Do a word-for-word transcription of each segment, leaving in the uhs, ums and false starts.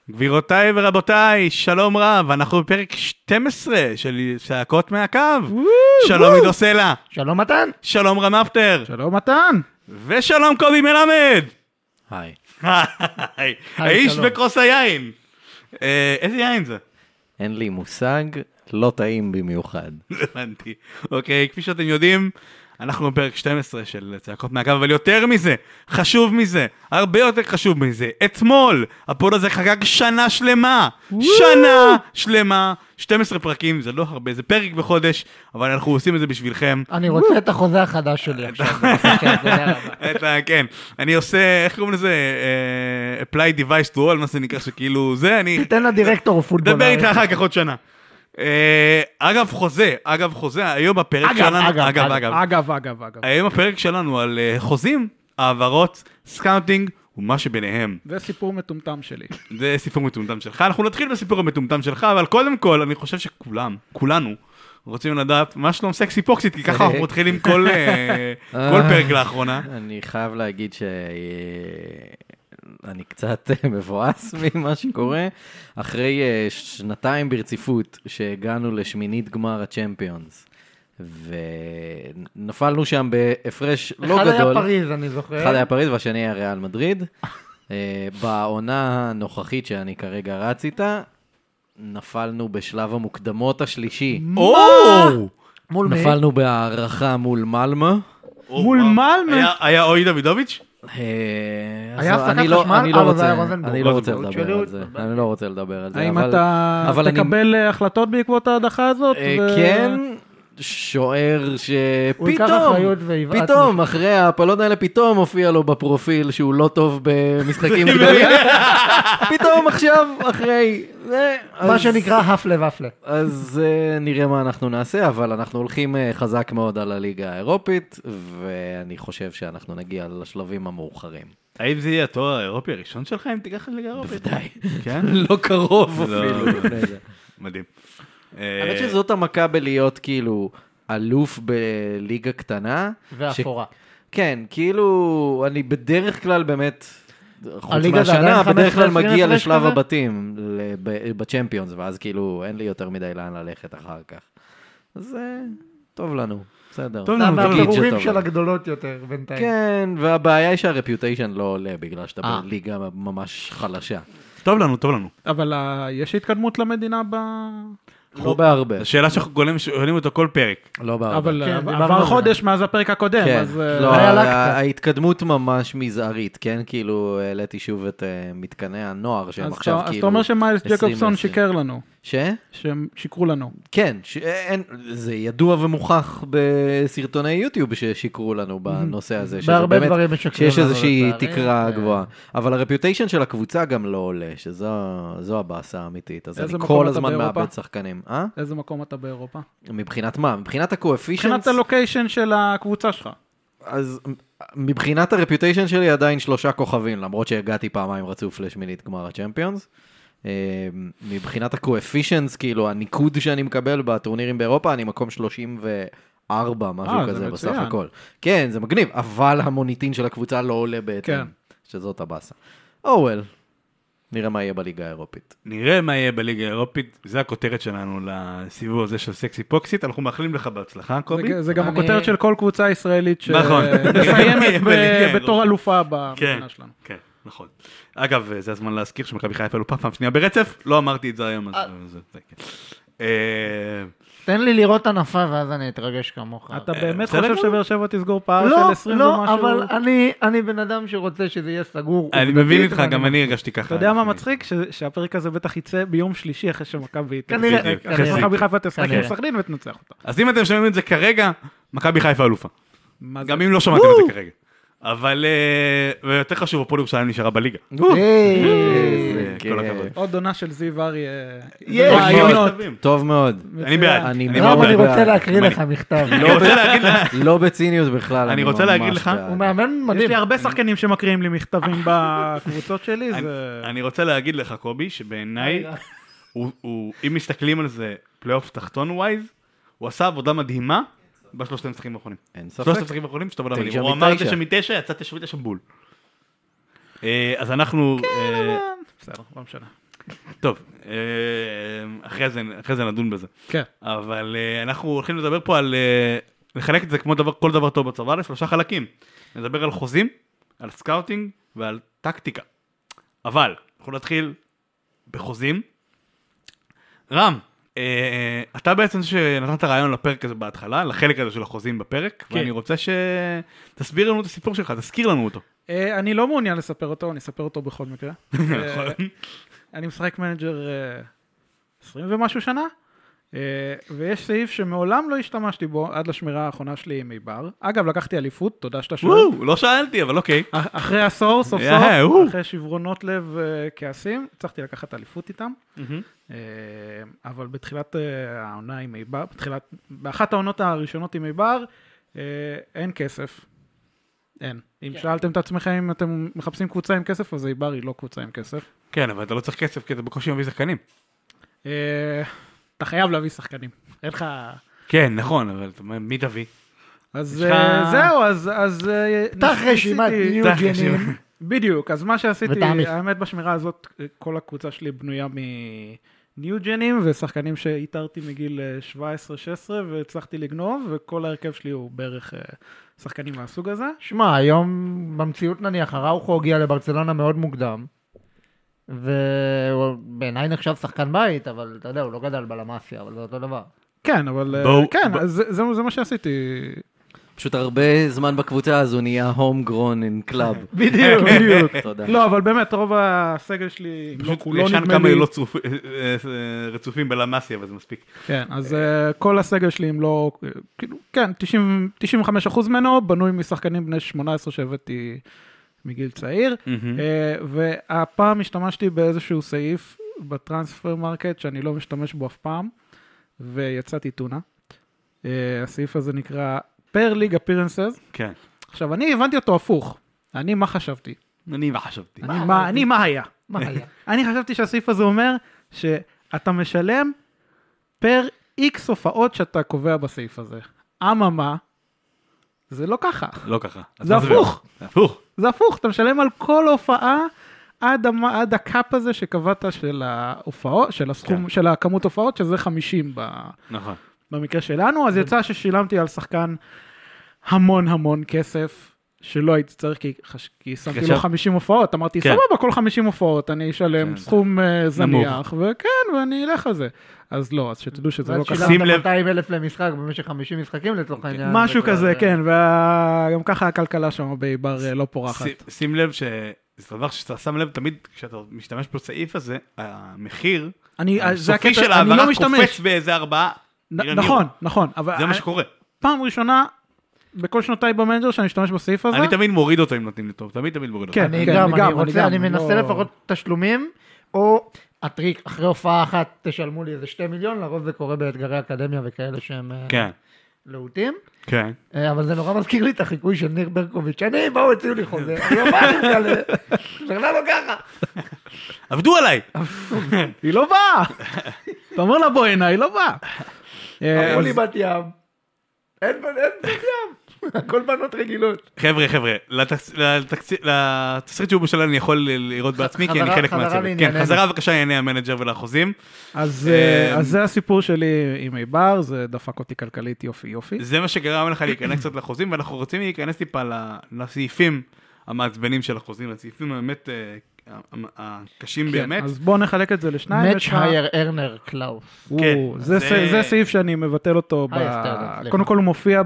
גבירותיי ורבותיי, שלום רב, אנחנו בפרק שתים עשרה של צעקות מהקו. שלום עידו סלע. שלום מתן. שלום רם אפטר. שלום מתן. ושלום קובי מלמד. היי. היי. האיש בכוס היין. איזה יין זה? אין לי מושג, לא טעים במיוחד. הבנתי. אוקיי, כפי שאתם יודעים, אנחנו בפרק שתים עשרה של צעקות מהקו, אבל יותר מזה, חשוב מזה, הרבה יותר חשוב מזה, אתמול, הפוד הזה חגג שנה שלמה, שנה שלמה, שתים עשרה פרקים, זה לא הרבה, זה פרק בחודש, אבל אנחנו עושים את זה בשבילכם. אני רוצה את החוזה החדש שלי עכשיו. כן, אני עושה, איך קוראים לזה, apply device to all, מה זה נקרא שכאילו, זה אני... תתן לדירקטור פוטבול. דבר איתך אחר כך עוד שנה. אגב חוזה, אגב חוזה, היום הפרק שלנו, אגב, אגב, אגב, אגב, אגב. היום הפרק שלנו על חוזים, העברות, סקאוטינג ומה שביניהם. זה סיפור מטומטם שלי. זה סיפור מטומטם שלך, אנחנו נתחיל בסיפור המטומטם שלך, אבל קודם כל אני חושב שכולם, כולנו, רוצים לדעת מה שלום סקסי פוקסית, כי ככה אנחנו מתחילים כל פרק לאחרונה. אני חייב להגיד ש... אני קצת מבואס ממה שקורה, אחרי שנתיים ברציפות שהגענו לשמינית גמר הצ'מפיונס, ונפלנו שם בהפרש לא גדול. אחד היה פריז, אני זוכר. אחד היה פריז והשני היה ריאל מדריד. בעונה הנוכחית שאני כרגע רץ איתה, נפלנו בשלב המוקדמות השלישי. נפלנו בהערכה מול מלמה. מול מלמה? היה אוי דוידוביץ'? היה הפסקת חשמל, אבל זה היה רוזנבורג. אני לא רוצה לדבר על זה, אני לא רוצה לדבר על זה. האם אתה תקבל החלטות בעקבות ההדחה הזאת? כן, שוער שפתאום, פתאום, אחרי ההפלות האלה, פתאום הופיע לו בפרופיל שהוא לא טוב במשחקים גדולים. פתאום עכשיו, אחרי... מה שנקרא הפלה והפלה. אז נראה מה אנחנו נעשה, אבל אנחנו הולכים חזק מאוד על הליגה האירופית, ואני חושב שאנחנו נגיע לשלבים המאוחרים. האם זה יהיה התואר האירופי הראשון שלך אם תיקח לליגה האירופית? בוודאי. כן? לא קרוב אפילו. מדהים. האמת שזאת המכה בלהיות כאילו אלוף בליגה קטנה. ואפורה. כן, כאילו אני בדרך כלל באמת, חוץ מהשנה, בדרך כלל מגיע לשלב הבתים בצ'מפיונס, ואז כאילו אין לי יותר מדי לאן ללכת אחר כך. אז טוב לנו, בסדר. טוב לנו, בפירורים של הגדולות יותר בינתיים. כן, והבעיה היא שהרפיוטיישן לא עולה, בגלל שאתה בליגה ממש חלשה. טוב לנו, טוב לנו. אבל יש התקדמות למדינה ב... לא בהרבה. זו שאלה שאנחנו שואלים אותו כל פרק. לא בהרבה. אבל עבר חודש מאז הפרק הקודם, אז... לא, ההתקדמות ממש מזערית, כן? כאילו, העליתי שוב את מתקני הנוער, שהם עכשיו כאילו... אז אתה אומר שמיילס ג'קובסון שיקר לנו. ש? שהם שיקרו לנו. כן, זה ידוע ומוכח בסרטוני יוטיוב ששיקרו לנו בנושא הזה. בהרבה דברים משקרים לנו. שיש איזושהי תקרה גבוהה. אבל הרפיוטיישן של הקבוצה גם לא עולה, שזו הבאסה האמיתית. אז אני כל הזמן מאבד שחקנים. איזה מקום אתה באירופה? מבחינת מה? מבחינת הקואפישנס? מבחינת הלוקיישן של הקבוצה שלך. אז מבחינת הרפיוטיישן שלי עדיין שלושה כוכבים, למרות שהגעתי פעמיים רצוף לשמינית גמר הצ'מפיונס. מבחינת הקואפישנס, כאילו הניקוד שאני מקבל בטורנירים באירופה, אני מקום שלושים וארבע, משהו כזה בסך הכל. כן, זה מגניב, אבל המוניטין של הקבוצה לא עולה בעצם, שזאת הבאסה. אוהל. נראה מה יהיה בליגה האירופית. נראה מה יהיה בליגה האירופית, זה הכותרת שלנו לסיבוב הזה של סקסי פוקסית, אנחנו מאחלים לך בהצלחה, קובי. זה גם הכותרת של כל קבוצה ישראלית שמסיימת בתור אלופה במדינה שלנו. כן, נכון. אגב, זה הזמן להזכיר שמכבי חיפה אלופה פעם שנייה ברצף, לא אמרתי את זה היום. תן לי לראות ענפה ואז אני אתרגש כמוך. אתה באמת חושב שבאר שבע תסגור פער של עשרים ומשהו? לא, לא, אבל אני בן אדם שרוצה שזה יהיה סגור. אני מבין איתך, גם אני הרגשתי ככה. אתה יודע מה מצחיק? שהפרק הזה בטח יצא ביום שלישי אחרי שמכבי כנראה. מכבי חיפה תשחק עם סכנין ותנצח אותה. אז אם אתם שומעים את זה כרגע, מכבי חיפה אלופה. גם אם לא שמעתם את זה כרגע. אבל, ויותר חשוב, הפועל ירושלים נשארה בליגה. עוד עונה של זיו ארי. טוב מאוד. אני בעד. אני רוצה להקריא לך מכתב. לא בציניות בכלל. אני רוצה להגיד לך. הוא מאמן מדהים. יש לי הרבה שחקנים שמקריאים לי מכתבים בקבוצות שלי. אני רוצה להגיד לך, קובי, שבעיניי, אם מסתכלים על זה פלייאוף תחתון ווייז, הוא עשה עבודה מדהימה, בשלושת המשחקים האחרונים. אין ספק. שלושת המשחקים האחרונים שאתה בלם מדהים. הוא אמר תשע מתשע, יצא תשע מתשע בול. אז אנחנו... בסדר, לא משנה. טוב, אחרי זה, אחרי זה נדון בזה. כן. אבל אנחנו הולכים לדבר פה על, לחלק את זה כמו דבר, כל דבר טוב בצבא, לשלושה חלקים. נדבר על חוזים, על סקאוטינג ועל טקטיקה. אבל, אנחנו נתחיל בחוזים. רם, אתה בעצם שנתנת רעיון לפרק הזה בהתחלה, לחלק הזה של החוזים בפרק, ואני רוצה שתסביר לנו את הסיפור שלך, תזכיר לנו אותו. אני לא מעוניין לספר אותו, אני אספר אותו בכל מקרה. אני משחק מנג'ר עשרים ומשהו שנה, ויש סעיף שמעולם לא השתמשתי בו עד לשמירה האחרונה שלי עם איבר. אגב, לקחתי אליפות, תודה שאתה שואל. וואו, לא שאלתי, אבל אוקיי. אחרי עשור, סוף סוף, אחרי שברונות לב כעסים, הצלחתי לקחת אליפות איתם. אבל בתחילת העונה עם איבר, באחת העונות הראשונות עם איבר, אין כסף. אין. אם שאלתם את עצמכם אם אתם מחפשים קבוצה עם כסף, אז איבר היא לא קבוצה עם כסף. כן, אבל אתה לא צריך כסף, כי אתה בקושי מביא שחקנים. אתה חייב להביא שחקנים. אין לך... כן, נכון, אבל מי תביא? אז זהו, אז... תח רשימת ניוג'נים. בדיוק, אז מה שעשיתי, האמת בשמירה הזאת, כל הקבוצה שלי בנויה מניוג'נים, ושחקנים שהתארתי מגיל שבע עשרה שש עשרה, והצלחתי לגנוב, וכל ההרכב שלי הוא בערך שחקנים מהסוג הזה. שמע, היום במציאות נניח, הראוכו הגיע לברצלונה מאוד מוקדם, ובעיניי נחשב שחקן בית, אבל אתה יודע, הוא לא גדל בלמאסיה, אבל זה אותו דבר. כן, אבל כן, זה מה שעשיתי. פשוט הרבה זמן בקבוצה, אז הוא נהיה home grown in club. בדיוק, בדיוק. לא, אבל באמת, רוב הסגל שלי, פשוט ישן כמה לא רצופים בלמאסיה, אבל זה מספיק. כן, אז כל הסגל שלי, אם לא, כאילו, כן, תשעים וחמישה אחוז ממנו, בנוי משחקנים בני שמונה עשרה שהבאתי מגיל צעיר, והפעם השתמשתי באיזשהו סעיף בטרנספר מרקט, שאני לא משתמש בו אף פעם, ויצאתי טונה. הסעיף הזה נקרא פר ליג אפירנסס. כן. עכשיו, אני הבנתי אותו הפוך. אני מה חשבתי? אני מה חשבתי? אני מה היה? מה היה? אני חשבתי שהסעיף הזה אומר שאתה משלם פר איקס הופעות שאתה קובע בסעיף הזה. אממה, זה לא ככה. לא ככה. זה הפוך. זה הפוך. זה הפוך. אתה משלם על כל הופעה עד, עד הקאפ הזה שקבעת של ההופעות, של הסכום, של הכמות הופעות, שזה חמישים ב... נכון. במקרה שלנו, אז יצא ששילמתי על שחקן המון המון כסף, שלא הייתי צריך, כי, כי שמתי לו חמישים הופעות, אמרתי, כן. סבבה, כל חמישים הופעות, אני אשלם כן. סכום זניח, וכן, ואני אלך על זה. אז לא, אז שתדעו שזה לא ככה. שילמת מאתיים אלף למשחק במשך חמישים משחקים לצורך העניין. משהו כזה, כן, וגם ככה הכלכלה שם באיבר לא פורחת. שים לב שזה דבר שאתה שם לב, תמיד כשאתה משתמש בסעיף הזה, המחיר, הסופי של העברה קופץ באיזה ארבעה, נכון, נכון. זה מה שקורה. פעם ראשונה, בכל שנותיי במנג'ר שאני משתמש בסעיף הזה. אני תמיד מוריד אותו אם נותנים לי טוב, תמיד תמיד מוריד אותו. כן, אני גם, אני רוצה, אני מנסה לפחות תשלומים, או הטריק, אחרי הופעה אחת תשלמו לי איזה שתי מיליון, לרוב זה קורה באתגרי אקדמיה וכאלה שהם להוטים. כן. אבל זה נורא מזכיר לי את החיקוי של ניר ברקוביץ', אני, באו הציעו לי חוזה, אני לא באה לי כאלה, שכנה לו ככה. עבדו עליי. היא לא באה. אתה אומר לה בוא הנה, היא לא באה. אמרו לי בת ים. אין בת ים. הכל בנות רגילות. חבר'ה, חבר'ה, לתסריט שהוא בשביל אני יכול לראות בעצמי, כי אני חלק מהצוות. כן, חזרה בבקשה לענייני המנג'ר ולחוזים. אז זה הסיפור שלי עם איבר, זה דפק אותי כלכלית יופי יופי. זה מה שגרם לך להיכנס קצת לחוזים, ואנחנו רוצים להיכנס טיפה לסעיפים המעצבנים של החוזים, הסעיפים באמת הקשים באמת. אז בואו נחלק את זה לשניים. Match higher earner קלאוס. זה סעיף שאני מבטל אותו, קודם כל הוא מופיע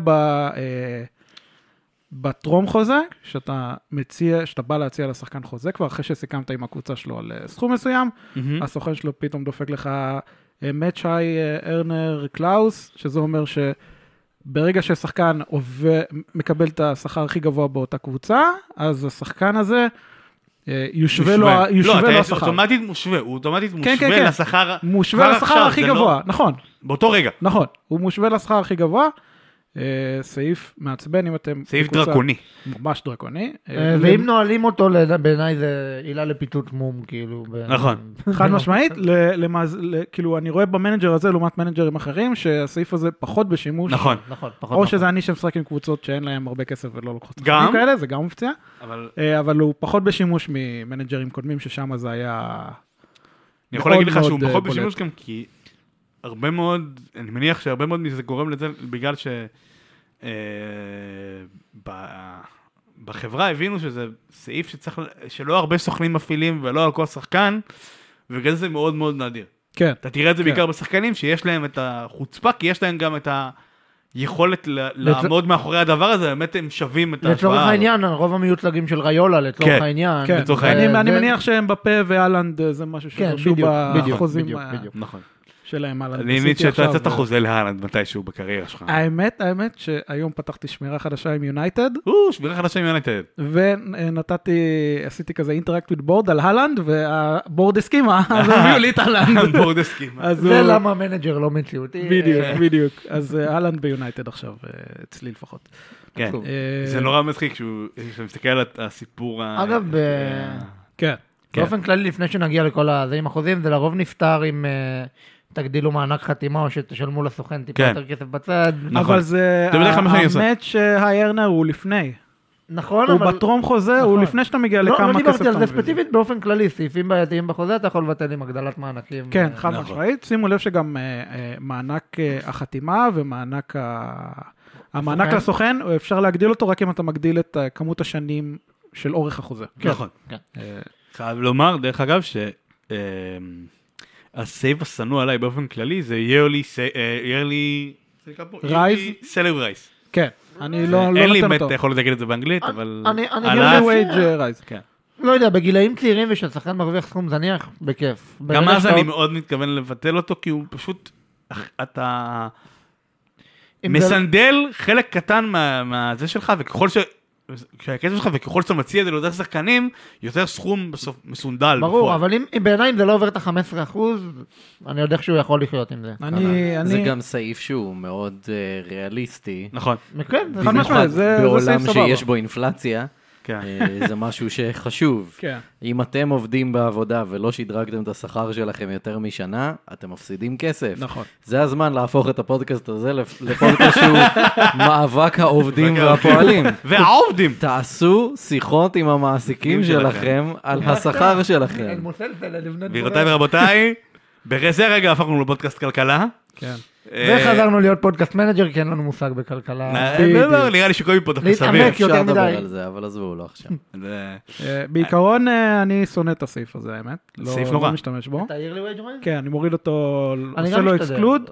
בטרום חוזה, שאתה מציע, שאתה בא להציע לשחקן חוזה, כבר אחרי שסיכמת עם הקבוצה שלו על סכום מסוים, הסוכן שלו פתאום דופק לך Match high earner קלאוס, שזה אומר שברגע ששחקן מקבל את השכר הכי גבוה באותה קבוצה, אז השחקן הזה יושווה לו השכר. לא, אתה אוטומטית מושווה, הוא אוטומטית מושווה לשכר, מושווה לשכר הכי גבוה, נכון. באותו רגע. נכון, הוא מושווה לשכר הכי גבוה, סעיף מעצבן אם אתם... סעיף דרקוני. ממש דרקוני. ואם נועלים אותו, בעיניי זה עילה לפיתות מום, כאילו. נכון. חד משמעית, כאילו אני רואה במנג'ר הזה, לעומת מנג'רים אחרים, שהסעיף הזה פחות בשימוש. נכון. או שזה אני שמשחק עם קבוצות שאין להם הרבה כסף ולא לוקחות שחקים כאלה, זה גם מופציה. אבל הוא פחות בשימוש ממנג'רים קודמים, ששם זה היה אני יכול להגיד לך שהוא פחות בשימוש גם כי הרבה מאוד, אני מניח שהרבה מאוד מזה גורם לזה בגלל ש... בחברה הבינו שזה סעיף שצריך, שלא הרבה סוכנים מפעילים ולא על כל שחקן, ובגלל זה מאוד מאוד נדיר. כן. אתה תראה את זה בעיקר בשחקנים שיש להם את החוצפה, כי יש להם גם את היכולת לעמוד מאחורי הדבר הזה, באמת הם שווים את ההשוואה. לצורך העניין, רוב המיוצגים של ריולה, לצורך העניין. כן, אני מניח שהם בפה ואלנד זה משהו שדרשו בחוזים שלהם. אני מבין שאתה יצאת החוזה להלנד מתישהו בקריירה שלך. האמת, האמת שהיום פתחתי שמירה חדשה עם יונייטד. או, שמירה חדשה עם יונייטד. ונתתי, עשיתי כזה אינטראקט with בורד על הלנד, והבורד הסכימה, אז הביאו לי את הלנד. הבורד הסכימה. זה למה המנג'ר לא מציאותי. בדיוק, בדיוק. אז הלנד ביונייטד עכשיו, אצלי לפחות. כן, זה נורא מצחיק כשהוא מסתכל על הסיפור. אגב, כן. באופן כללי, לפני שנגיע לכל הזה עם החוזים, זה לרוב נפטר עם... תגדילו מענק חתימה או שתשלמו לסוכן טיפה יותר כסף בצד. אבל זה, האמת שהארנר הוא לפני. נכון, אבל... הוא בטרום חוזה, הוא לפני שאתה מגיע לכמה כסף. לא דיברתי על זה ספציפית באופן כללי, סעיפים בעייתיים בחוזה, אתה יכול לבטל עם הגדלת מענקים. כן, חד משמעית. שימו לב שגם מענק החתימה ומענק המענק לסוכן, אפשר להגדיל אותו רק אם אתה מגדיל את כמות השנים של אורך החוזה. נכון. חייב לומר, דרך אגב, ש... הסייב הסנוע עליי באופן כללי זה yearly, yearly, רייז? salary rise. כן, אני לא נותן אותו. אין לי באמת יכול להגיד את זה באנגלית, אבל... yearly wage rise. כן. לא יודע, בגילאים צעירים ושהשחקן מרוויח סכום זניח, בכיף. גם אז אני מאוד מתכוון לבטל אותו, כי הוא פשוט, אתה מסנדל חלק קטן מהזה שלך, וככל ש... כשהכסף שלך, וככל שאתה מציע את זה ליותר שחקנים, יותר סכום בסוף מסונדל. ברור, אבל אם בעיניי זה לא עובר את ה-חמישה עשר אחוז, אני יודע שהוא יכול לחיות עם זה. זה גם סעיף שהוא מאוד ריאליסטי. נכון. במיוחד בעולם שיש בו אינפלציה. זה משהו שחשוב. אם אתם עובדים בעבודה ולא שדרגתם את השכר שלכם יותר משנה, אתם מפסידים כסף. נכון. זה הזמן להפוך את הפודקאסט הזה לפודקאסט שהוא מאבק העובדים והפועלים. והעובדים. תעשו שיחות עם המעסיקים שלכם על השכר שלכם. גבירותיי ורבותיי, בזה רגע הפכנו לפודקאסט כלכלה. כן. וחזרנו להיות פודקאסט מנג'ר, כי אין לנו מושג בכלכלה. נראה לי שקובי פה דווקא סביר. להתעמק יותר מדי. אפשר לדבר על זה, אבל עזבו לא עכשיו. בעיקרון אני שונא את הסעיף הזה, האמת. סעיף נורא. לא משתמש בו. אתה העיר לי וייג' ריין? כן, אני מוריד אותו, עושה לו אקסקלוד.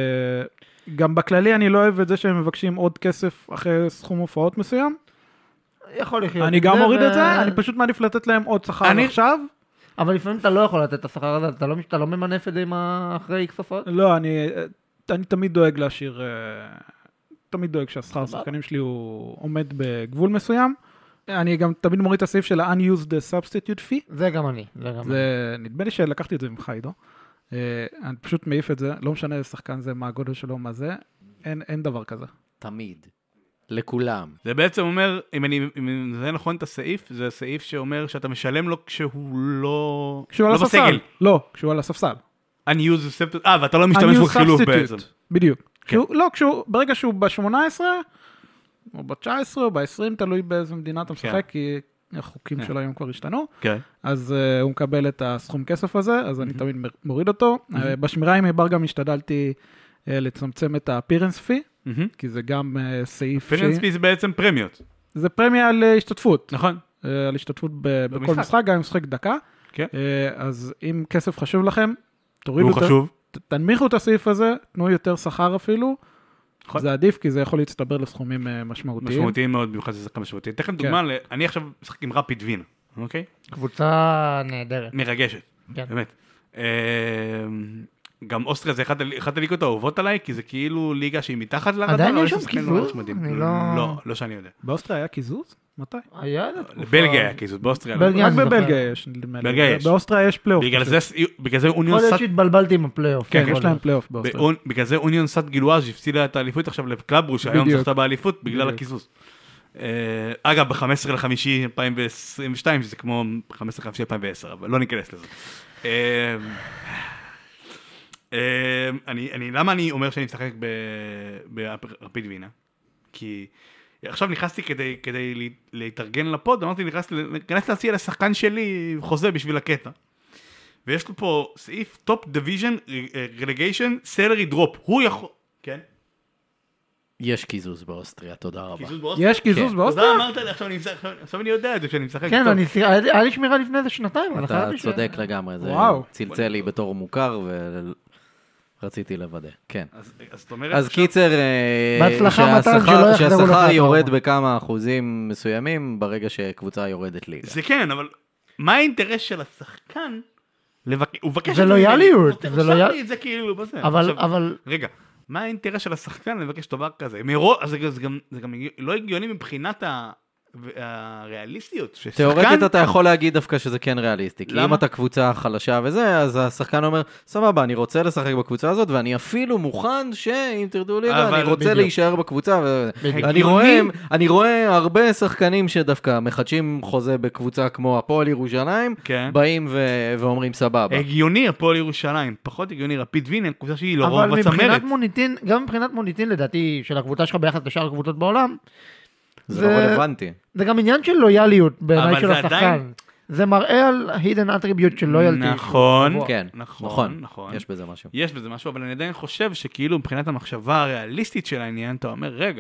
גם בכללי אני לא אוהב את זה שהם מבקשים עוד כסף אחרי סכום הופעות מסוים. יכול לחיות. אני גם מוריד את זה, אני פשוט מעדיף לתת להם עוד שכר עכשיו. אבל לפעמים אתה לא יכול לתת את השכר הזה, אתה לא ממנף את זה אחרי איקס הופעות? לא, אני... אני תמיד דואג להשאיר, תמיד דואג שהשכר השחקנים שלי הוא עומד בגבול מסוים. אני גם תמיד מוריד את הסעיף של ה-unused substitute fee. זה גם אני. זה, נדמה לי שלקחתי את זה ממך, עידו. אני פשוט מעיף את זה, לא משנה איזה שחקן זה, מה הגודל שלו, מה זה. אין, אין דבר כזה. תמיד. לכולם. זה בעצם אומר, אם אני, אם זה נכון את הסעיף, זה סעיף שאומר שאתה משלם לו כשהוא לא... כשהוא על הספסל. לא, כשהוא על הספסל. unused substitute, אה, ואתה לא משתמש בחילוף בעצם. בדיוק. לא, ברגע שהוא ב-שמונה עשרה, או ב-תשע עשרה, או ב-עשרים, תלוי באיזה מדינה אתה משחק, כי החוקים שלו היום כבר השתנו, אז הוא מקבל את הסכום כסף הזה, אז אני תמיד מוריד אותו. בשמירה עם איבר גם השתדלתי לצמצם את ה-appearance fee, כי זה גם סעיף... appearance fee זה בעצם פרמיות. זה פרמיה על השתתפות. נכון. על השתתפות בכל משחק, גם אם משחק דקה. אז אם כסף חשוב לכם, תורידו חשוב. תנמיכו את הסעיף הזה, תנו יותר שכר אפילו, זה עדיף, כי זה יכול להצטבר לסכומים משמעותיים. משמעותיים מאוד, במיוחד זה שחקן משמעותי. תכף דוגמה, אני עכשיו משחק עם רפיד וינה, אוקיי? קבוצה נהדרת. מרגשת, באמת. גם אוסטריה זה אחת הליגות האהובות עליי, כי זה כאילו ליגה שהיא מתחת לרדאר. עדיין יש שם קיזוז? לא, לא שאני יודע. באוסטריה היה קיזוז? מתי? היה בלגיה היה קיזוז, באוסטריה. רק בבלגיה יש. בלגיה יש. באוסטריה יש פלייאוף. בגלל זה אוניון סאט... יכול להיות שהתבלבלתי עם הפלייאוף. כן, יש להם פלייאוף באוסטריה. בגלל זה אוניון סאט גילואז' הפסידה את האליפות עכשיו לקלאברוש, שהיום זכתה באליפות בגלל הקיזוז. אגב, ב-חמישה עשר לחמישי אלפיים עשרים ושתיים, שזה כמו חמישה עשר לחמישי אלפיים ועשר, אבל לא ניכנס לזה. אני, למה אני אומר שאני משחק ברפיד וינה? כי עכשיו נכנסתי כדי, כדי להתארגן לפוד, אמרתי, נכנס להציע לשחקן שלי חוזה בשביל הקטע. ויש לו פה סעיף Top Division Relegation Salary Drop. הוא יכול... כן? יש קיזוז באוסטריה, תודה רבה. קיזוז באוסטריה? יש קיזוז באוסטריה? תודה, אמרת לי, עכשיו אני יודע את זה כשאני משחק. כן, היה לי שמירה לפני איזה שנתיים. אתה צודק לגמרי, זה צלצל לי בתור מוכר ורציתי לוודא, כן. אז קיצר, שהשכר יורד בכמה אחוזים מסוימים ברגע שקבוצה יורדת ליגה. זה כן, אבל מה האינטרס של השחקן? זה לויאליות. זה כאילו בזה. אבל... רגע. מה האינטרס של השחקן לבקש דבר כזה? זה גם לא הגיוני מבחינת הריאליסטיות. תיאורטית אתה יכול להגיד דווקא שזה כן ריאליסטי. כי אם אתה קבוצה חלשה וזה, אז השחקן אומר, סבבה, אני רוצה לשחק בקבוצה הזאת, ואני אפילו מוכן שאם תרדו ליגה, אני רוצה להישאר בקבוצה. אני רואה הרבה שחקנים שדווקא מחדשים חוזה בקבוצה כמו הפועל ירושלים, באים ואומרים סבבה. הגיוני הפועל ירושלים, פחות הגיוני רפיד וינן, קבוצה שהיא לרוב בצמרת. גם מבחינת מוניטין, לדעתי, של הקבוצה שלך ביחד לשאר הקבוצות בעולם, זה לא רלוונטי. זה גם עניין של לויאליות בעיניי של השחקן. זה מראה על hidden attribute של לויאלטי. נכון, כן, נכון, נכון. יש בזה משהו. יש בזה משהו, אבל אני עדיין חושב שכאילו מבחינת המחשבה הריאליסטית של העניין, אתה אומר, רגע,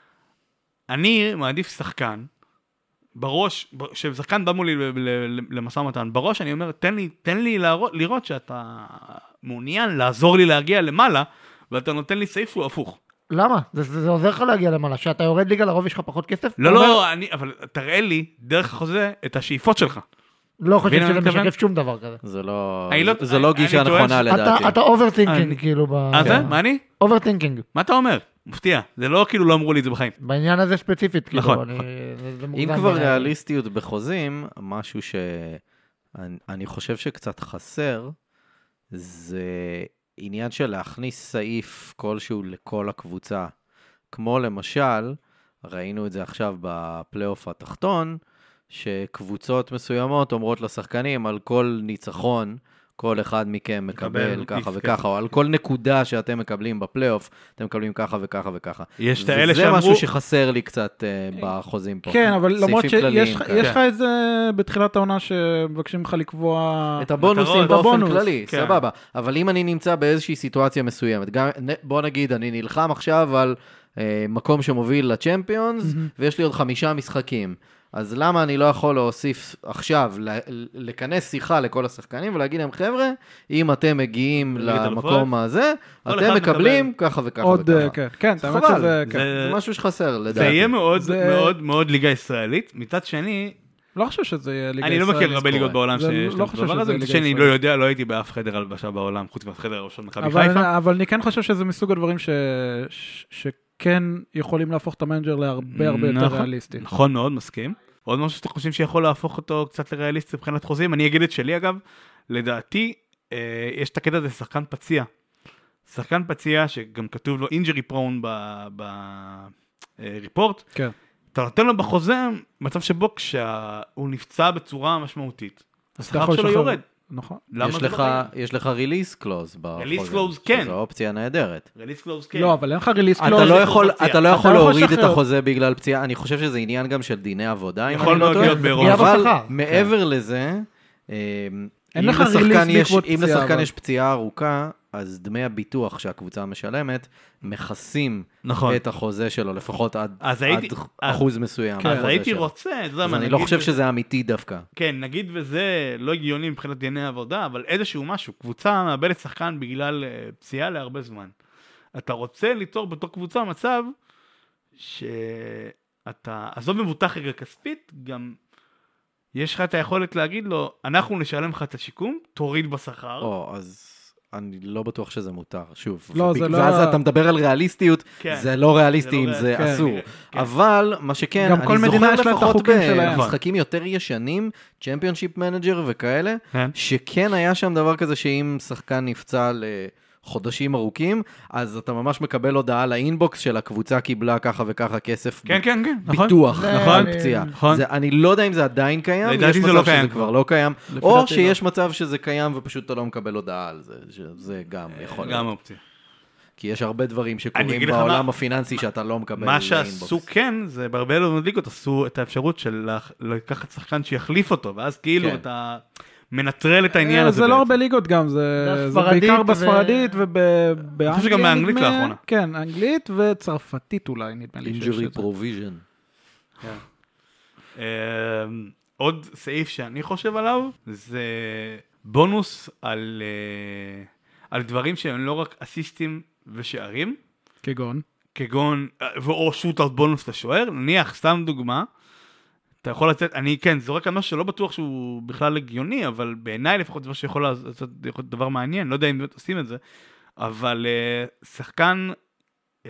אני מעדיף שחקן, בראש, כששחקן בא מולי למשא ומתן, בראש אני אומר, תן לי, תן לי לראות שאתה מעוניין לעזור לי להגיע למעלה, ואתה נותן לי סעיף שהוא הפוך. למה? זה, זה עוזר לך להגיע למעלה, שאתה יורד ליגה לרוב יש לך פחות כסף? לא, לא, אומר... אני, אבל תראה לי דרך החוזה את השאיפות שלך. לא חושב שזה משקף שום דבר כזה. זה לא, לא, זה לא גישה נכונה לדעתי. אתה, אתה אוברטינקינג כאילו. אה זה? מה אני? אוברטינקינג. מה אתה אומר? מפתיע. זה לא כאילו לא אמרו לי את זה בחיים. בעניין הזה ספציפית. כאילו, נכון. אני, זה, זה אם כבר ריאליסטיות בחוזים, משהו שאני אני חושב שקצת חסר, זה... עניין של להכניס סעיף כלשהו לכל הקבוצה, כמו למשל, ראינו את זה עכשיו בפלייאוף התחתון, שקבוצות מסוימות אומרות לשחקנים על כל ניצחון, כל אחד מכם מקבל ככה וככה, או על כל נקודה שאתם מקבלים בפלייאוף, אתם מקבלים ככה וככה וככה. יש את האלה שאמרו... זה משהו שחסר לי קצת בחוזים פה. כן, אבל למרות שיש לך את זה בתחילת העונה שמבקשים לך לקבוע... את הבונוסים באופן כללי, סבבה. אבל אם אני נמצא באיזושהי סיטואציה מסוימת, בוא נגיד, אני נלחם עכשיו על מקום שמוביל לצ'מפיונס, ויש לי עוד חמישה משחקים. אז למה אני לא יכול להוסיף עכשיו, לכנס שיחה לכל השחקנים ולהגיד להם, חבר'ה, אם אתם מגיעים למקום הזה, אתם מקבלים ככה וככה וככה. כן, כן, האמת שזה... זה משהו שחסר, לדעתי. זה יהיה מאוד מאוד מאוד ליגה ישראלית. מצד שני... לא חושב שזה יהיה ליגה ישראלית. אני לא מכיר הרבה ליגות בעולם שיש לא חושב שזה ליגה ישראלית. לא יודע, לא הייתי באף חדר הלבשה בעולם, חוץ מהחדר הראשון מכבי חיפה. אבל אני כן חושב שזה מסוג הדברים ש... כן יכולים להפוך את המנג'ר להרבה הרבה יותר ריאליסטי. נכון מאוד, מסכים. עוד משהו שאתם חושבים שיכול להפוך אותו קצת לריאליסטי מבחינת חוזים, אני אגיד את שלי אגב, לדעתי יש את הקטע הזה שחקן פציע. שחקן פציע שגם כתוב לו injury prone בריפורט, כן. אתה נותן לו בחוזה מצב שבו כשהוא נפצע בצורה משמעותית, השכר שלו יורד. נכון. יש לך, יש לך ריליס קלוז בחוזה. כן. זו אופציה נהדרת. ריליס קלוז כן. לא, אבל אין לך ריליס קלוז. אתה לא יכול, אתה לא יכול להוריד את החוזה בגלל פציעה. אני חושב שזה עניין גם של דיני עבודה. יכול מאוד להיות באירופה. אבל מעבר לזה, אם לשחקן יש פציעה ארוכה, אז דמי הביטוח שהקבוצה משלמת, מכסים את החוזה שלו, לפחות עד אחוז מסוים. אז הייתי רוצה... אז אני לא חושב שזה אמיתי דווקא. כן, נגיד וזה לא הגיוני מבחינת דיני העבודה, אבל איזשהו משהו, קבוצה מאבדת שחקן בגלל פציעה להרבה זמן. אתה רוצה ליצור בתור קבוצה מצב שאתה, עזוב מבוטח רגע כספית, גם יש לך את היכולת להגיד לו, אנחנו נשלם לך את השיקום, תוריד בשכר. או, אז... אני לא בטוח שזה מותר, שוב. לא, זה לא... ואז אתה מדבר על ריאליסטיות, זה לא ריאליסטי אם זה אסור. אבל מה שכן, אני זוכר לפחות במשחקים יותר ישנים, צ'מפיונשיפ מנג'ר וכאלה, שכן היה שם דבר כזה שאם שחקן נפצע לחודשים ארוכים, אז אתה ממש מקבל הודעה לאינבוקס של הקבוצה קיבלה ככה וככה כסף. כן, כן, כן. ביטוח, נכון, פציעה. אני לא יודע אם זה עדיין קיים, יש מצב שזה כבר לא קיים, או שיש מצב שזה קיים ופשוט אתה לא מקבל הודעה על זה, זה גם יכול להיות. גם אופציה. כי יש הרבה דברים שקורים בעולם הפיננסי שאתה לא מקבל לאינבוקס. מה שעשו כן, זה בהרבה ליגות עשו את האפשרות של לקחת שחקן שיחליף אותו, ואז כאילו אתה מנטרל את העניין הזה. זה לא הרבה ליגות גם, זה בעיקר בספרדית ובאנגלית. אני חושב שגם באנגלית לאחרונה. כן, אנגלית וצרפתית אולי, נדמה לי. injury provision. עוד סעיף שאני חושב עליו, זה בונוס על, על דברים שהם לא רק אסיסטים ושערים. כגון? כגון, או שוט-אאוט בונוס לשוער. נניח, סתם דוגמה, אתה יכול לצאת, אני כן, זורק על משהו שלא בטוח שהוא בכלל הגיוני, אבל בעיניי לפחות דבר שיכול לעשות דבר מעניין, לא יודע אם באמת עושים את זה, אבל uh, שחקן, uh,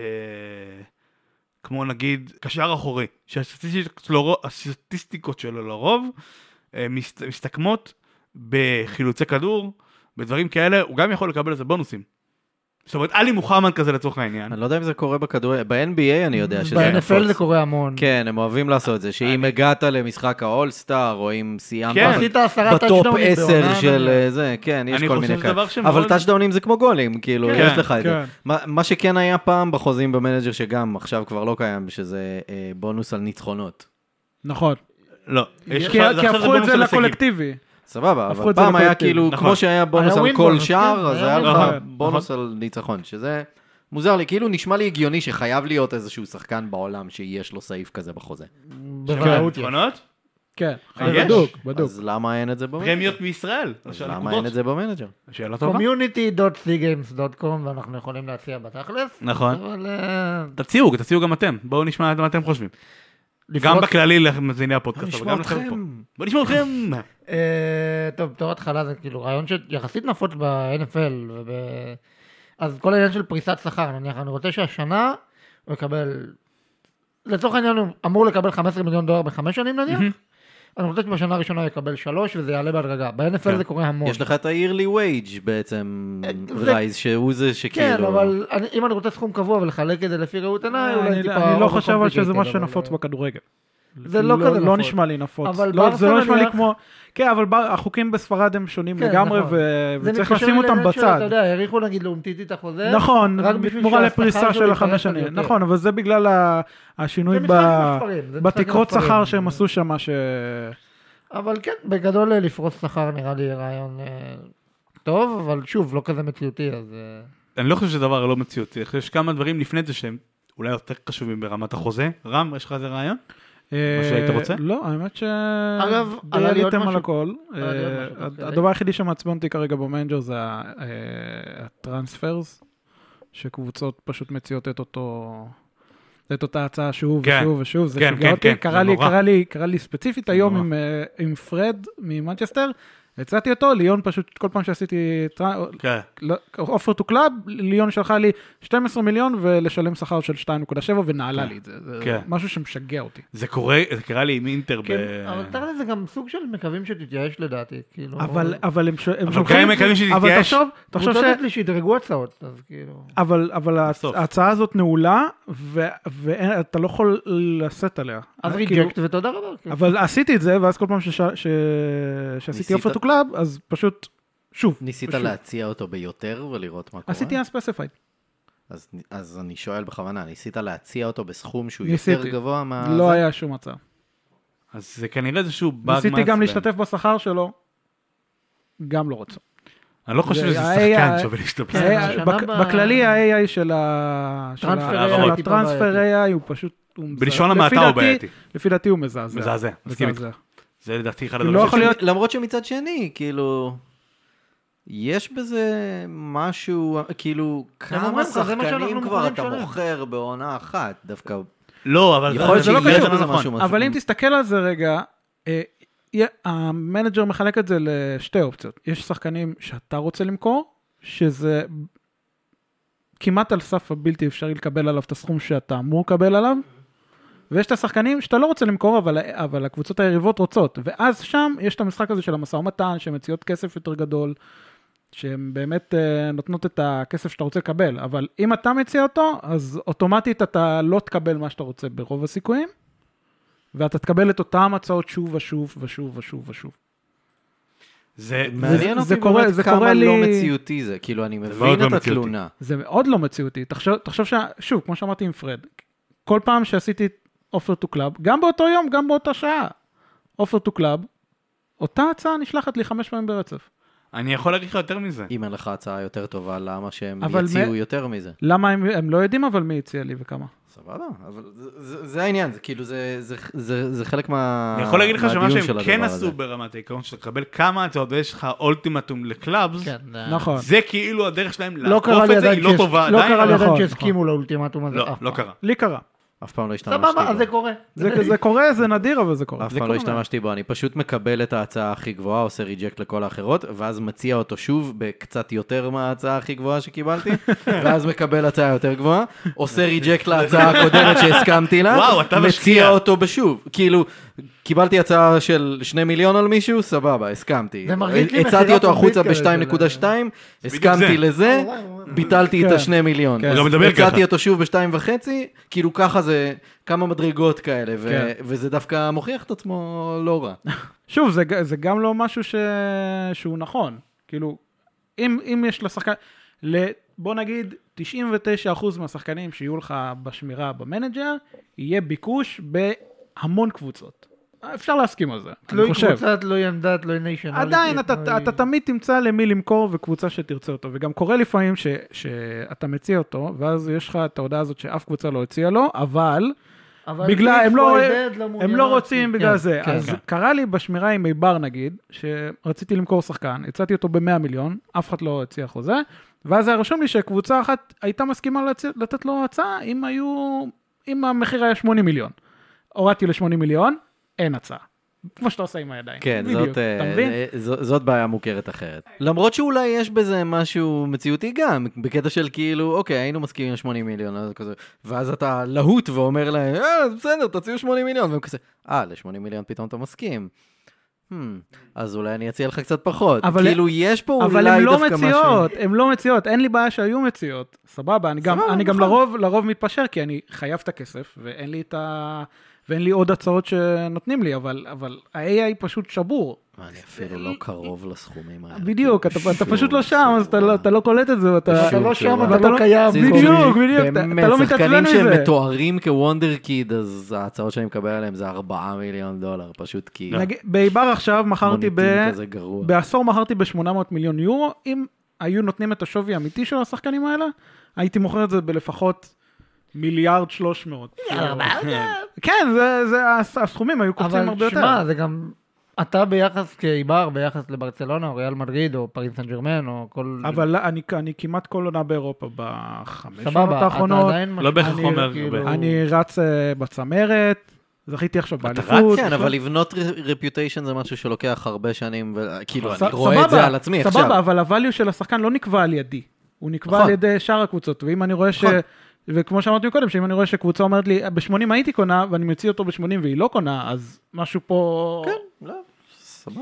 כמו נגיד, קשר אחורי, שהסטטיסטיקות שלו לרוב, uh, מסתכמות בחילוצי כדור, בדברים כאלה, הוא גם יכול לקבל איזה בונוסים. זאת אומרת, אלי מוחמד כזה לצורך העניין. אני לא יודע אם זה קורה בכדורגל, ב-אן בי איי אני יודע שזה ב-אן אף אל זה קורה המון. כן, הם אוהבים לעשות את זה, שאם הגעת למשחק האול-סטאר, או אם סיימת בטופ עשר של זה, כן, יש כל מיני כאלה. אבל טאצ'דאונים זה כמו גולים, כאילו, יש לך את זה. מה שכן היה פעם בחוזים במנג'ר, שגם עכשיו כבר לא קיים, שזה בונוס על ניצחונות. נכון. לא. כי הפכו את זה לקולקטיבי. סבבה, אבל פעם היה כאילו, כמו שהיה בונוס על כל שער, אז היה לך בונוס על ניצחון, שזה מוזר לי, כאילו נשמע לי הגיוני שחייב להיות איזשהו שחקן בעולם שיש לו סעיף כזה בחוזה. בוודאות יש. כן, בדוק, בדוק. אז למה אין את זה במנג'ר? פרמיות בישראל. אז למה אין את זה במנג'ר? שאלה טובה. קומיוניטי דוט סי גיימס דוט קום, ואנחנו יכולים להציע בתכלס. נכון. תציעו, תציעו גם אתם. בואו נשמע מה אתם חושבים. גם בכללי למזיני הפודקאסט, אבל גם לכם פה. בוא נשמע אתכם. טוב, בתור התחלה זה כאילו רעיון שיחסית נפוץ ב-אן אף אל, אז כל העניין של פריסת שכר, נניח, אני רוצה שהשנה הוא יקבל, לצורך העניין הוא אמור לקבל חמישה עשר מיליון דולר בחמש שנים נניח, אני רוצה שבשנה הראשונה הוא יקבל שלוש וזה יעלה בהדרגה, ב-אן אף אל זה קורה המון. יש לך את ה-yearly wage בעצם, רייז, שהוא זה שכאילו... כן, אבל אם אני רוצה סכום קבוע ולחלק את זה לפי ראות עיניי, אולי טיפה... אני לא חושב שזה מה שנפוץ בכדורגל. זה לא כזה נפוץ. לא נשמע לי נפוץ. זה לא נשמע לי כמו... כן, אבל החוקים בספרד הם שונים לגמרי, וצריך לשים אותם בצד. אתה יודע, העריכו נגיד לאומתית את החוזה. נכון, בתמורה לפריסה של החמש שנים. נכון, אבל זה בגלל השינוי בתקרות שכר שהם עשו שם, ש... אבל כן, בגדול לפרוס שכר נראה לי רעיון טוב, אבל שוב, לא כזה מציאותי, אז... אני לא חושב שזה דבר לא מציאותי, אני חושב שיש כמה דברים לפני זה שהם אולי יותר חשובים ברמת החוזה. רם, יש לך איזה רעיון? מה שהיית רוצה? לא, האמת ש... אגב, די עליתם על הכל. הדבר היחידי שמעצבן אותי כרגע במנג'ר זה הטרנספרס, שקבוצות פשוט מציעות את אותו... את אותה הצעה שוב ושוב ושוב, זה שיגע אותי. קרה לי ספציפית היום עם פרד ממנצ'סטר, הצעתי אותו, ליון פשוט, כל פעם שעשיתי אופר טו קלאב, ליון שלחה לי שנים עשר מיליון ולשלם שכר של שתיים נקודה שבע ונעלה לי את זה. זה משהו שמשגע אותי. זה קורה, זה קרה לי עם אינטר. אבל תראה, זה גם סוג של מקווים שתתייאש לדעתי. אבל הם שולחים, אבל תחשוב לי שידרגו הצעות, אז כאילו. אבל ההצעה הזאת נעולה, ואתה לא יכול לשאת עליה. אז ריג'קט ותודה רבה. אבל עשיתי את זה, ואז כל פעם שעשיתי אופר טו קלאב, אז פשוט, שוב. ניסית להציע אותו ביותר ולראות מה קורה? עשיתי unspeциfied. אז אני שואל בכוונה, ניסית להציע אותו בסכום שהוא יותר גבוה מה... לא היה שום הצעה. אז זה כנראה איזשהו באג... ניסיתי גם להשתתף בשכר שלו, גם לא רוצה. אני לא חושב שזה שחקן שווה להשתתף. בכללי ה-איי איי של הטרנספר איי איי הוא פשוט... בלשון המעטה הוא בעייתי. לפי דעתי הוא מזעזע. מזעזע, מסכים איתך. זה לדעתי אחד הדברים. למרות שמצד שני, כאילו, יש בזה משהו, כאילו, כמה שחקנים כבר אתה מוכר בעונה אחת, דווקא. לא, אבל זה לא קשור. אבל אם תסתכל על זה רגע, המנג'ר מחלק את זה לשתי אופציות. יש שחקנים שאתה רוצה למכור, שזה כמעט על סף הבלתי אפשרי לקבל עליו את הסכום שאתה אמור לקבל עליו, ויש את השחקנים שאתה לא רוצה למכור, אבל, אבל הקבוצות היריבות רוצות. ואז שם יש את המשחק הזה של המשא ומתן, שמציעות כסף יותר גדול, שהן באמת uh, נותנות את הכסף שאתה רוצה לקבל. אבל אם אתה מציע אותו, אז אוטומטית אתה לא תקבל מה שאתה רוצה ברוב הסיכויים, ואתה תקבל את אותם הצעות שוב ושוב ושוב ושוב ושוב. זה מעניין אותי באמת כמה לא מציאותי זה, כאילו אני מבין את התלונה. זה מאוד לא מציאותי. תחשוב, תחשוב ש... שוב, כמו שאמרתי עם פרד, כל פעם שעשיתי אופר טו קלאב, גם באותו יום, גם באותה שעה, אופר טו קלאב, אותה הצעה נשלחת לי חמש פעמים ברצף. אני יכול להגיד לך יותר מזה. אם אין לך הצעה יותר טובה, למה שהם אבל יציעו מ- יותר מזה? למה הם, הם לא יודעים אבל מי הציע לי וכמה? סבבה, אבל זה, זה, זה העניין, זה כאילו, זה, זה, זה, זה חלק מה... אני יכול להגיד לך שמה מהדיון שהם של כן הדבר הזה. עשו ברמת העיקרון, שאתה תקבל כמה הצעות ויש לך אולטימטום לקלאבס, כן, זה- נכון. זה כאילו הדרך שלהם לא לעקוף קרה לי את זה, היא עדיין לא שהס- טובה לא עדיין. קרה לי אבל- עדיין נכון, שהסכימו לאולטימטום הזה. לא, אף לא פעם. קרה. לי קרה. אף פעם לא השתמשתי סבבה, אז בו. זה קורה. זה, זה קורה, זה נדיר, אבל זה קורה. אף פעם לא השתמשתי בו, אני פשוט מקבל את ההצעה הכי גבוהה, עושה ריג'קט לכל האחרות, ואז מציע אותו שוב בקצת יותר מההצעה הכי גבוהה שקיבלתי, ואז מקבל הצעה יותר גבוהה, עושה ריג'קט להצעה הקודמת שהסכמתי לה, וואו, אתה מציע משקיע. אותו בשוב. כאילו, קיבלתי הצעה של שני מיליון על מישהו, סבבה, הסכמתי. זה מרגיש לי הצעתי מחירה אותו החוצה פומבית כזה ב-שתיים נקודה שתיים, בדיוק הסכמתי זה. לזה, וואי, וואי. ביטלתי את כן. השני מיליון. כן. לא מדבר ככה. הצעתי אותו שוב בשתיים וחצי, כאילו ככה זה כמה מדרגות כאלה, ו- כן. וזה דווקא מוכיח את עצמו לא רע. שוב, זה, זה גם לא משהו ש... שהוא נכון. כאילו, אם, אם יש לשחקן... ל... בוא נגיד, תשעים ותשעה אחוז מהשחקנים שיהיו לך בשמירה במנג'ר, יהיה ביקוש בהמון קבוצות. אפשר להסכים על זה, אני תלוי חושב. קבוצה, תלוי עמדה, תלוי ניישן. עדיין, אתה, אתה תמיד תמצא למי למכור וקבוצה שתרצה אותו, וגם קורה לפעמים ש, שאתה מציע אותו, ואז יש לך את ההודעה הזאת שאף קבוצה לא הציעה לו, אבל בגלל, הם לא, הם לא רוצים בגלל זה. אז קרה לי בשמירה עם איבר נגיד, שרציתי למכור שחקן, הצעתי אותו ב-מאה מיליון, אף אחד לא הציע חוזה, ואז היה רשום לי שקבוצה אחת הייתה מסכימה לתת לו הצעה, אם היו, אם המחיר היה שמונים מיליון. הורדתי ל-שמונים מיליון, אין הצעה. כמו שאתה עושה עם הידיים. כן, בדיוק, זאת, אתה מבין? אה, זאת, זאת בעיה מוכרת אחרת. למרות שאולי יש בזה משהו מציאותי גם, בקטע של כאילו, אוקיי, היינו מסכימים ל-שמונים מיליון, אז כזה, ואז אתה להוט ואומר להם, אה, בסדר, תציעו שמונים מיליון, והם כזה, אה, ל-שמונים מיליון פתאום אתה מסכים. Hmm, אז אולי אני אציע לך קצת פחות. אבל- כאילו, יש פה אולי אבל הן לא דווקא משהו. מציעות, הן לא מציעות, אין לי בעיה שהיו מציעות, סבבה, אני גם, סבבה, אני גם נכון. לרוב, לרוב מתפשר, כי אני חייב את הכסף, ואין לי את ה... ואין לי עוד הצעות שנותנים לי, אבל, אבל ה-איי איי פשוט שבור. אני אפילו לא קרוב לסכומים האלה. בדיוק, אתה, אתה שום פשוט לא שם, אז אתה לא, אתה לא קולט את זה, ואתה... אתה לא שם, ואתה אתה לא קיים. בדיוק, בדיוק, אתה, באמת, אתה לא מתעצבן שחקנים שהם מזה. מתוארים כוונדר קיד, אז ההצעות שאני מקבל עליהם זה ארבעה מיליון דולר, פשוט כי נגיד, בעיבר עכשיו מכרתי ב... מוניטין כזה גרוע. בעשור מכרתי ב-שמונה מאות מיליון יורו, אם היו נותנים את השווי האמיתי של השחקנים האלה, הייתי מוכר את זה בלפחות מיליארד שלוש מאות. כן, זה, זה, הסכומים היו קופצים אבל הרבה יותר. שמע, זה גם... אתה ביחס כאיבר, ביחס לברצלונה, או ריאל מדריד, או פריס סן ג'רמן, או כל... אבל אני, אני כמעט כל עונה באירופה בחמש שנות סבבה, אתה האחרונות. עדיין... לא משקיע, בהכרח כאילו, אומר כאילו- הרבה. אני רץ אה, בצמרת, זכיתי עכשיו אתה באליפות. כן, אבל לבנות רפיוטיישן זה משהו שלוקח הרבה שנים, וכאילו, ס- אני רואה את זה על עצמי עכשיו. סבבה, אבל הvalue של השחקן לא נקבע על ידי. הוא נקבע נכון. על ידי שאר הקבוצות, ואם אני רואה ש... נכון. וכמו שאמרתי קודם, שאם אני רואה שקבוצה אומרת לי, ב-שמונים הייתי קונה, ואני מציא אותו ב-שמונים והיא לא קונה, אז משהו פה... כן, לא, סבבה.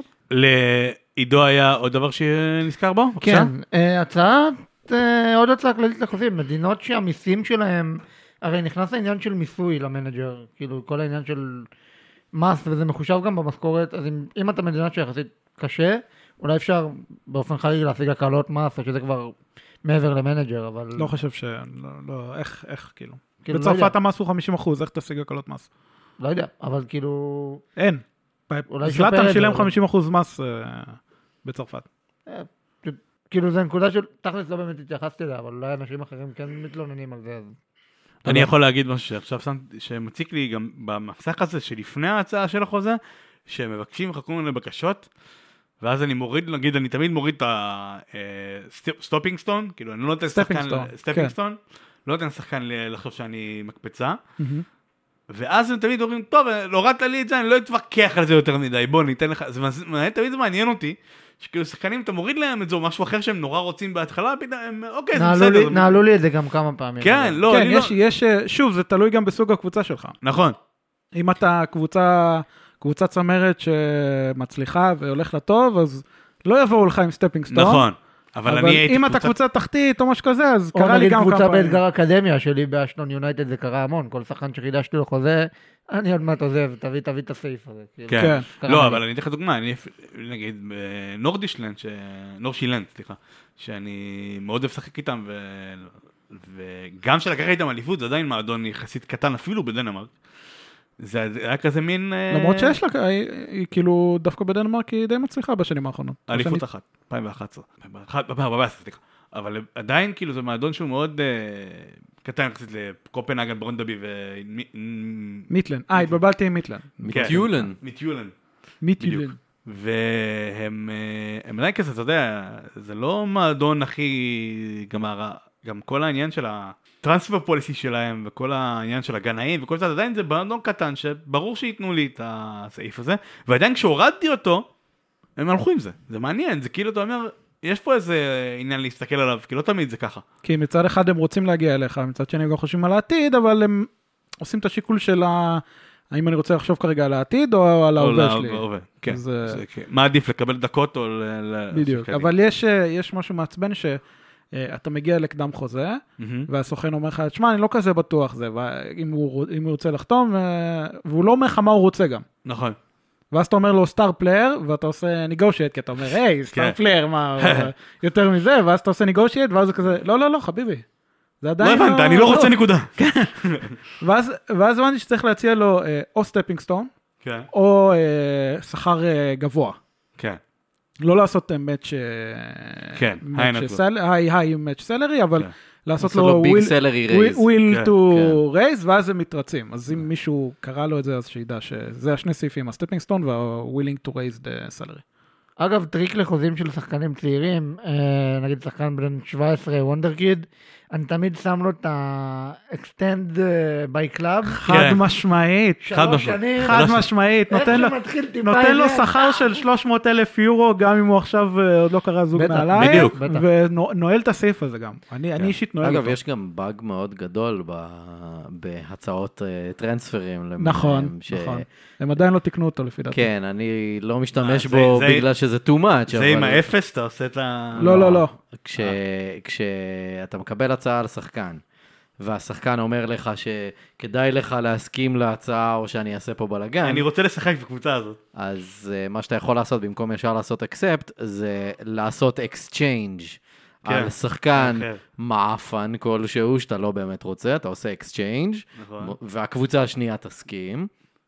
לעידו היה עוד דבר שנזכר בו? בבקשה. כן, אה, הצעה, אה, עוד הצעה כללית לחוזים, מדינות שהמיסים שלהם, הרי נכנס העניין של מיסוי למנג'ר, כאילו כל העניין של מס, וזה מחושב גם במשכורת, אז אם, אם אתה מדינה שיחסית קשה, אולי אפשר באופן חריג להשיג הקלות מס, או שזה כבר מעבר למנג'ר, אבל... לא חושב ש... לא, לא, איך, איך, כאילו. כאילו, לא בצרפת יודע. המס הוא חמישים אחוז, איך תשיג הקלות מס? לא יודע, אבל כאילו... אין. אולי לשפר זלאטן את זה, שילם אבל- חמישים אחוז מס אה, בצרפת. אה, פשוט, כאילו זה נקודה של תכלס לא באמת התייחסתי אליה, אבל אולי אנשים אחרים כן מתלוננים על זה, אז... אני יכול להגיד משהו שעכשיו שמתי, שמציק לי גם במפסח הזה שלפני ההצעה של החוזה, שמבקשים לך כל מיני בקשות, ואז אני מוריד, נגיד, אני תמיד מוריד את הסטופינג סטון, כאילו אני לא נותן Stepping שחקן, stone, סטפינג כן. סטון, לא נותן שחקן ל- לחשוב שאני מקפצה, ואז הם תמיד אומרים, טוב, לא הורדת לי את זה, אני לא אתווכח על זה יותר מדי, בוא ניתן לך, זה מז- תמיד זה מעניין אותי, שכאילו שחקנים אתה מוריד להם את זה או משהו אחר שהם נורא רוצים בהתחלה, פתאום, הם, אוקיי, זה נעלו בסדר. לי- זה- נעלו לי את זה גם כמה פעמים. כן, לא, כן, אני לא... יש, יש, אה, שוב, זה תלוי גם בסוג הקבוצה שלך. נכון. אם אתה קבוצה, קבוצה צמרת שמצליחה והולך לטוב, אז לא יבואו לך עם סטפינג סטון. נכון. אבל אבל אני הייתי אם אתה קבוצה תחתית או משהו כזה, אז או קרה לי נגיד גם כמה קבוצה פעמים. באתגר אקדמיה שלי באשטון יונייטד זה קרה המון, כל שחקן שחידשתי לו חוזה, אני עוד מעט עוזב, תביא תביא את הסעיף הזה. כאילו. כן. כן. קרה לא, לי. אבל אני אתן לך דוגמה, אני נגיד נורדישלנד, ש... נורשילנד, סליחה, שאני מאוד אוהב לשחק איתם, ו... וגם שלקח איתם אליפות, זה עדיין מועדון יחסית קטן אפילו בדנמרק. זה היה כזה מין... אה, למרות שיש לה, היא- היא כאילו דווקא בדנמרק היא די מצליחה בשנים האחרונות. אליפות בשנים- אחת, אלפיים ואחת עשרה. אלפיים וארבע עשרה, סליחה. אבל עדיין כאילו זה מועדון שהוא מאוד אה, קטן יחסית לקופנהגן, ברונדבי ו... מיטלן. אה, התבלבלתי עם מיטלן. מטיולן. מיטיולן. מיטלן. בדיוק. והם אה, הם עדיין כזה, אתה יודע, זה לא מועדון הכי... גם, הר... גם כל העניין של הטרנספר פוליסי שלהם, וכל העניין של הגנאים, וכל זה, עדיין זה מועדון קטן, שברור שייתנו לי את הסעיף הזה, ועדיין כשהורדתי אותו, הם הלכו עם זה. זה מעניין, זה כאילו, אתה אומר, יש פה איזה עניין להסתכל עליו, כי לא תמיד זה ככה. כי מצד אחד הם רוצים להגיע אליך, מצד שני הם גם חושבים על העתיד, אבל הם עושים את השיקול של ה... האם אני רוצה לחשוב כרגע על העתיד או על ההווה שלי. להווה, כן. זה- זה כן. מה עדיף, לקבל דקות או ל... ל- בדיוק, לעשות קדימה? אבל יש, אה, יש משהו מעצבן שאתה מגיע לקדם חוזה, מהמם. והסוכן אומר לך, תשמע, אני לא כזה בטוח זה, ואם הוא, אם הוא רוצה לחתום, אה, והוא לא אומר לך מה הוא רוצה גם. נכון. ואז אתה אומר לו סטאר פלייר, ואתה עושה ניגושייט, כי אתה אומר, היי, סטאר כן. פלייר, מה, יותר מזה, ואז אתה עושה ניגושייט, ואז זה כזה, לא, לא, לא, חביבי. זה לא עדיין הבנת, אני לא רוצה נקודה. ואז, ואז הבנתי שצריך להציע לו אה, או סטפינג סטון, כן. או אה, שכר אה, גבוה. כן. לא לעשות מאץ' כן, high net worth. היי היי מאץ' סלרי, אבל כן. לעשות לעשות לו לו ביג will- סלרי will רייז. will כן, to raise, ואז הם מתרצים. אז אם מישהו קרא לו את זה, אז שידע שזה השני סעיפים, הסטפינג סטון וה-willing to raise the salary. אגב, טריק לחוזים של שחקנים צעירים, אה, נגיד שחקן בן שבע עשרה, וונדר קיד, אני תמיד שם לו את ה-extend אה, by club, חד משמעית, חד שלוש משמעית. שנים, חד משמעית, איך נותן לו... שמתחיל טיפה נותן לו עניין. שכר של שלוש מאות אלף יורו, גם אם הוא עכשיו אה, עוד לא קרא זוג בטח, נעליים, בדיוק. בטח. ונועל את הסעיף הזה גם. אני אני אישית נועל אגב, אותו. יש גם באג מאוד גדול ב- בהצעות אה, טרנספרים. למיניהם, נכון, ש- נכון. הם עדיין לא תיקנו אותו לפי דעתי. כן, אני לא משתמש אה, זה- בו זה- בגלל שזה too much. זה עם אבל- האפס, אתה עושה את ה... לא, לא, לא. כש- כשאתה מקבל הצעה על שחקן, והשחקן אומר לך שכדאי לך להסכים להצעה או שאני אעשה פה בלגן, אני רוצה לשחק בקבוצה הזאת. אז uh, מה שאתה יכול לעשות במקום ישר לעשות accept, זה לעשות exchange כן. על שחקן אחר. מעפן כלשהו שאתה לא באמת רוצה, אתה עושה exchange, נכון. והקבוצה השנייה תסכים,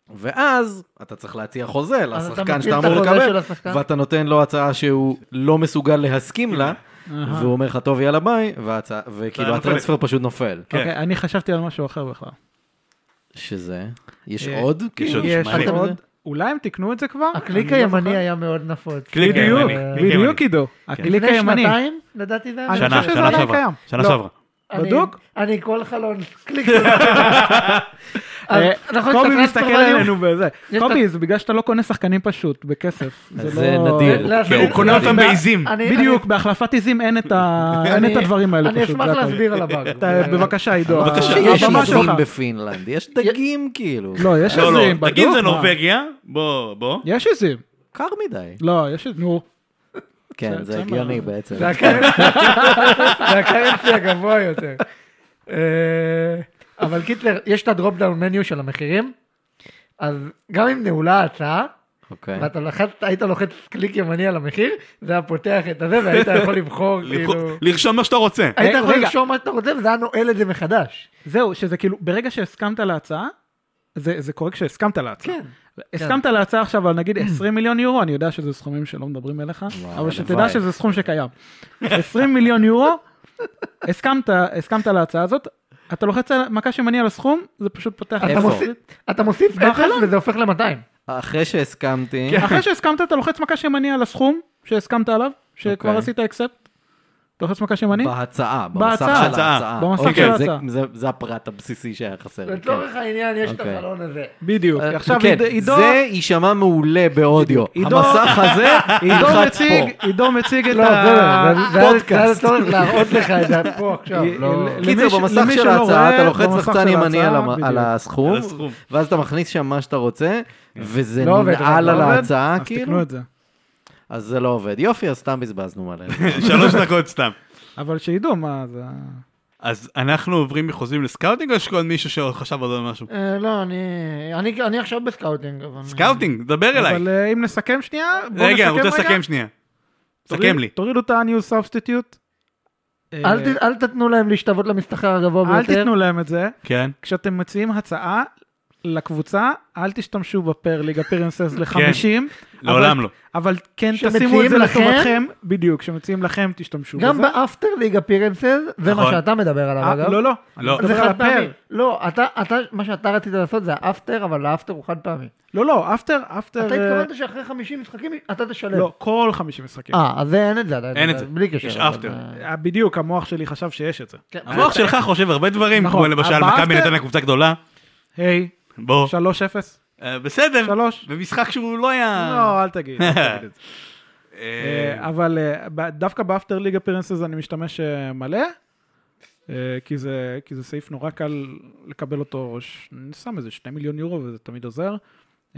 ואז אתה צריך להציע חוזה אז אתה לשחקן מפיל שאתה את אמור החוזה של לקבל, השחקן. ואתה נותן לו הצעה שהוא לא מסוגל להסכים לה, והוא אומר לך, טוב, יאללה ביי, והצע- וכאילו נופל. הטרנספר פשוט נופל. כן. אוקיי, אני חשבתי על משהו אחר בכלל. שזה, יש אה, עוד? יש כאילו, עוד יש שמעלים. עוד, אולי הם תיקנו את זה כבר? הקליק אני לא הימני זוכר. היה מאוד נפוץ. קליק בדיוק, הימני, אה, קליק בדיוק הימני. עידו. הקליק לפני הימני. שנתיים, לדעתי זה היה. אני שנה, חושב שזה שנה עדיין שעברה. קיים. שנה לא. שעברה. אני- בדוק? אני כל חלון קליק. אה, נכון, קובי שאתה מסתכל טרנספר value? עלינו בזה. יש קובי, זה בגלל שאתה לא קונה שחקנים פשוט, בכסף. אז זה זה לא- נדיר. להסביר- כן, הוא קונה אותם אני- בעיזים. אני- בדיוק, בהחלפת עיזים אין את ה- אין את הדברים האלה אני פשוט. אשמח זה הכל. להסביר על הבאג. אתה- בבקשה, עידו. בבקשה. הבמה יש שלך. עיזים בפינלנד, יש דגים כאילו. לא, יש לא, לא, עיזים, תגיד זה בדוק, מה? נורבגיה, בוא, בוא. יש עיזים. קר מדי. לא, יש עיזים. נו. כן, זה- זה זה הגיוני מה- בעצם. זה הקרנסי- זה הקרנסי הגבוה יותר. אה, אבל קיטלר, יש את הדרופ דאון מניו של המחירים, אז גם אם נעולה ההצעה, אוקיי. ואתה לחצת, היית לוחץ קליק ימני על המחיר, זה היה פותח את הזה, והיית יכול לבחור, כאילו... לרשום מה שאתה רוצה. היית יכול רגע. לרשום מה שאתה רוצה, וזה היה נועל את זה מחדש. זהו, שזה כאילו, ברגע שהסכמת להצעה, זה זה קורה כשהסכמת להצעה. כן. הסכמת להצעה עכשיו על נגיד עשרים מיליון יורו, אני יודע שזה סכומים שלא מדברים אליך, וואו, אבל שתדע הלוואי. שזה סכום שקיים. עשרים מיליון יורו, הסכמת, הסכמת להצעה הזאת, אתה לוחץ על מקש ימני על הסכום, זה פשוט פותח. אתה איפה? מוסיף- אתה מוסיף אפס וזה הופך ל-מאתיים. אחרי שהסכמתי, אחרי שהסכמת, אתה לוחץ מקש ימני על הסכום שהסכמת עליו, שכבר אוקיי. עשית אקספט, אתה לוחץ מקש ימני, בהצעה, במסך בהצעה. של בהצעה. ההצעה. במסך אוקיי, של זה- ההצעה. זה- זה הפרט הבסיסי שהיה חסר. לי, כן. לצורך העניין יש את אוקיי. החלון הזה. בדיוק. אה, עכשיו כן, עידו- עידו, זה יישמע מעולה באודיו. עידו- המסך הזה עידו ינחת מציג, פה. עידו מציג את לא, בסדר, זה- זה היה- הפודקאסט. זה היה לצורך להראות לך את זה פה עכשיו. ל- לא- ל- קיצר, למי ש- במסך למי של שלא ההצעה רואה, אתה לוחץ במסך לחצן של ימני על ההצעה, המ- על בדיוק. הסכום, על הסכום. ואז אתה מכניס שם מה שאתה רוצה, וזה לא עובד, נעל לא על עובד? ההצעה, אז תקנו כאילו, את זה. אז זה לא עובד. יופי, אז סתם בזבזנו מלא. שלוש דקות סתם. אבל שידעו מה זה... אז אנחנו עוברים מחוזים לסקאוטינג, או יש עוד מישהו שחשב על עוד משהו? אה, לא, אני- אני אני עכשיו בסקאוטינג. אבל- סקאוטינג, דבר אליי. אבל אה, אם נסכם שנייה, בוא רגע, אני נסכם רוצה רגע. לסכם שנייה. סכם תוריד- לי. תורידו את ה-new substitute. אל ת- אל תתנו להם להשתוות למסתחר הגבוה אל ביותר. תיתנו להם את זה. כן. כשאתם מציעים הצעה, לקבוצה, אל תשתמשו בפר ליג אפירנסס ל-חמישים. לעולם לא. אבל כן שמציעים תשימו את זה לכם? לטובתכם, בדיוק, שמציעים לכם, תשתמשו בזה. גם באפטר ליג אפירנסס, זה מה נכון. שאתה מדבר עליו, אה, אגב. לא, לא. לא. אני זה מדבר על חד פעמי. הפר. לא, אתה, אתה, מה שאתה רצית לעשות זה האפטר, אבל האפטר הוא חד פעמי. לא, לא, אפטר, אפטר... אתה אה, התכוונת שאחרי חמישים משחקים אתה תשלם. לא, כל חמישים משחקים. אה, אז זה אין את זה עדיין. אין את זה. בלי קשר. יש אבל, אפטר. אה, אה, בדיוק, המוח שלי חשב שיש את זה. כן. המוח שלך חושב הרבה דברים, נכון. כמו למשל אבל מכבי באפטר- נתן לקבוצה גדולה. היי, בוא. שלוש אפס? אה, בסדר. שלוש? במשחק שהוא לא היה... לא, אל תגיד. אל תגיד את זה. אה, אה, אבל אה, ב- דווקא באפטר ליג אפירנסס אני משתמש אה, מלא, אה, כי זה כי זה סעיף נורא קל לקבל אותו, ש- אני שם איזה שני מיליון יורו וזה תמיד עוזר. אה,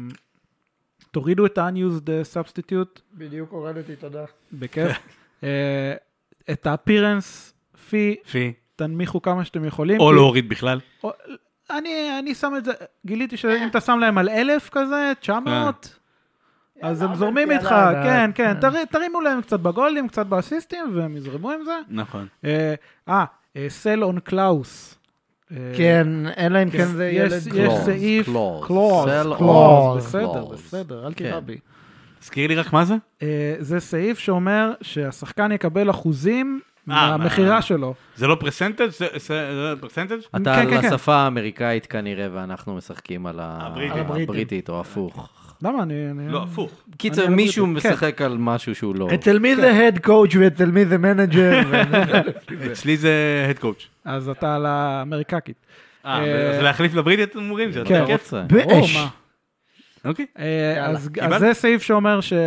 תורידו את ה-unused substitute בדיוק הורדתי, תודה. בכיף. אה, את ה-appearance fee פי. תנמיכו כמה שאתם יכולים. או כי- להוריד בכלל. או- אני אני שם את זה, גיליתי שאם אתה שם להם על אלף כזה, תשע מאות, אז הם יאללה, זורמים יאללה, איתך, יאללה. כן, כן, כן. תר- תרימו להם קצת בגולדים, קצת באסיסטים, והם יזרמו עם זה. נכון. אה, אה, סל און קלאוס. כן, אלא אם כן זה יש ילד. יש Clause, סעיף, clause. קלוז, Sell קלוז, on בסדר, clause. בסדר, אל כן. תירא בי. תזכיר לי רק מה זה? אה, זה סעיף שאומר שהשחקן יקבל אחוזים מה? מהמכירה שלו. זה לא פרסנטג'? זה פרסנטג'? אתה כן, על כן, כן. השפה האמריקאית כנראה, ואנחנו משחקים על ה- הבריטית. הבריטית או הפוך. למה? אני... אני- לא, הפוך. קיצר, אני מישהו הבריטית, כן. משחק על משהו שהוא לא... אצל מי זה הד קואוץ' ואצל מי זה מנג'ר. אצלי זה הד קואוץ'. אז אתה על האמריקקית. אה, אה, אז להחליף לבריטית אתם אומרים? זה כן. יותר אתה כיף? רוצה. ברור, באש. מה? אוקיי. אה, יאללה. אז קיבלת? אז זה סעיף שאומר ש...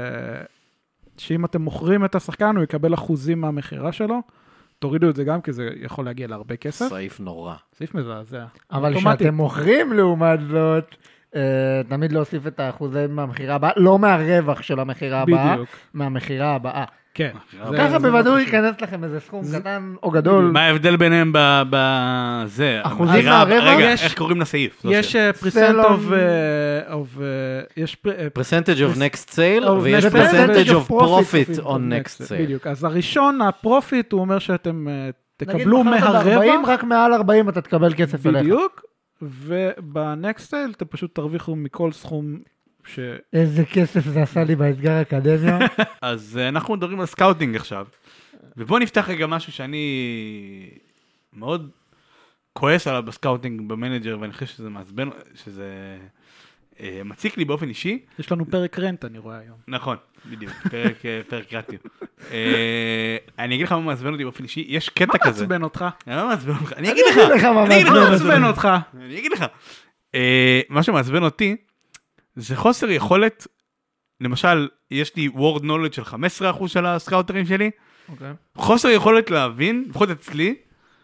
שאם אתם מוכרים את השחקן, הוא יקבל אחוזים מהמכירה שלו. תורידו את זה גם, כי זה יכול להגיע להרבה כסף. סעיף נורא. סעיף מזעזע. אבל אוטומטית. כשאתם מוכרים לעומת זאת, אה, תמיד להוסיף את האחוזים מהמכירה הבאה, לא מהרווח של המכירה הבאה, בדיוק. מהמכירה הבאה. כן. זה- ככה זה בוודאי לא ייכנס לכם איזה סכום קטן או גדול. מה ההבדל ביניהם בזה? אחוזים המכירה- מהרווח? רגע, יש- איך קוראים לסעיף? זו יש השאלה. פריסנט Sell on- of... אה, of, אה, יש פר- אה, percentage of next sale, of ויש next sale, percentage of of profit of on next sale. בדיוק. אז הראשון, הפרופיט, הוא אומר שאתם אה, נגיד תקבלו מכרת ב-ארבעים, מהרווח. רק מעל ארבעים אתה תקבל כסף אליך. בדיוק. ובנקסט סייל אתם פשוט תרוויחו מכל סכום ש... איזה כסף זה עשה לי באתגר אקדמיה. אז אה, אנחנו מדברים על סקאוטינג עכשיו. ובואו נפתח רגע משהו שאני מאוד כועס עליו בסקאוטינג במנג'ר, ואני חושב שזה מעצבן, שזה אה, מציק לי באופן אישי. יש לנו פרק רנט, אני רואה היום. נכון, בדיוק, פרק, אה, פרק קראטי. אה, אני אגיד לך מה מעצבן אותי באופן אישי, יש קטע מה כזה. מעצבן אותך? אני לא מעצבן אותך, אני אגיד לך, אגיד לך מה אני אגיד לך מה מה מעצבן אותך? אני אגיד לך. אה, מה שמעצבן אותי, זה חוסר יכולת, למשל, יש לי word knowledge של חמישה עשר אחוז של הסקאוטרים שלי, אוקיי. חוסר יכולת להבין, לפחות אצלי,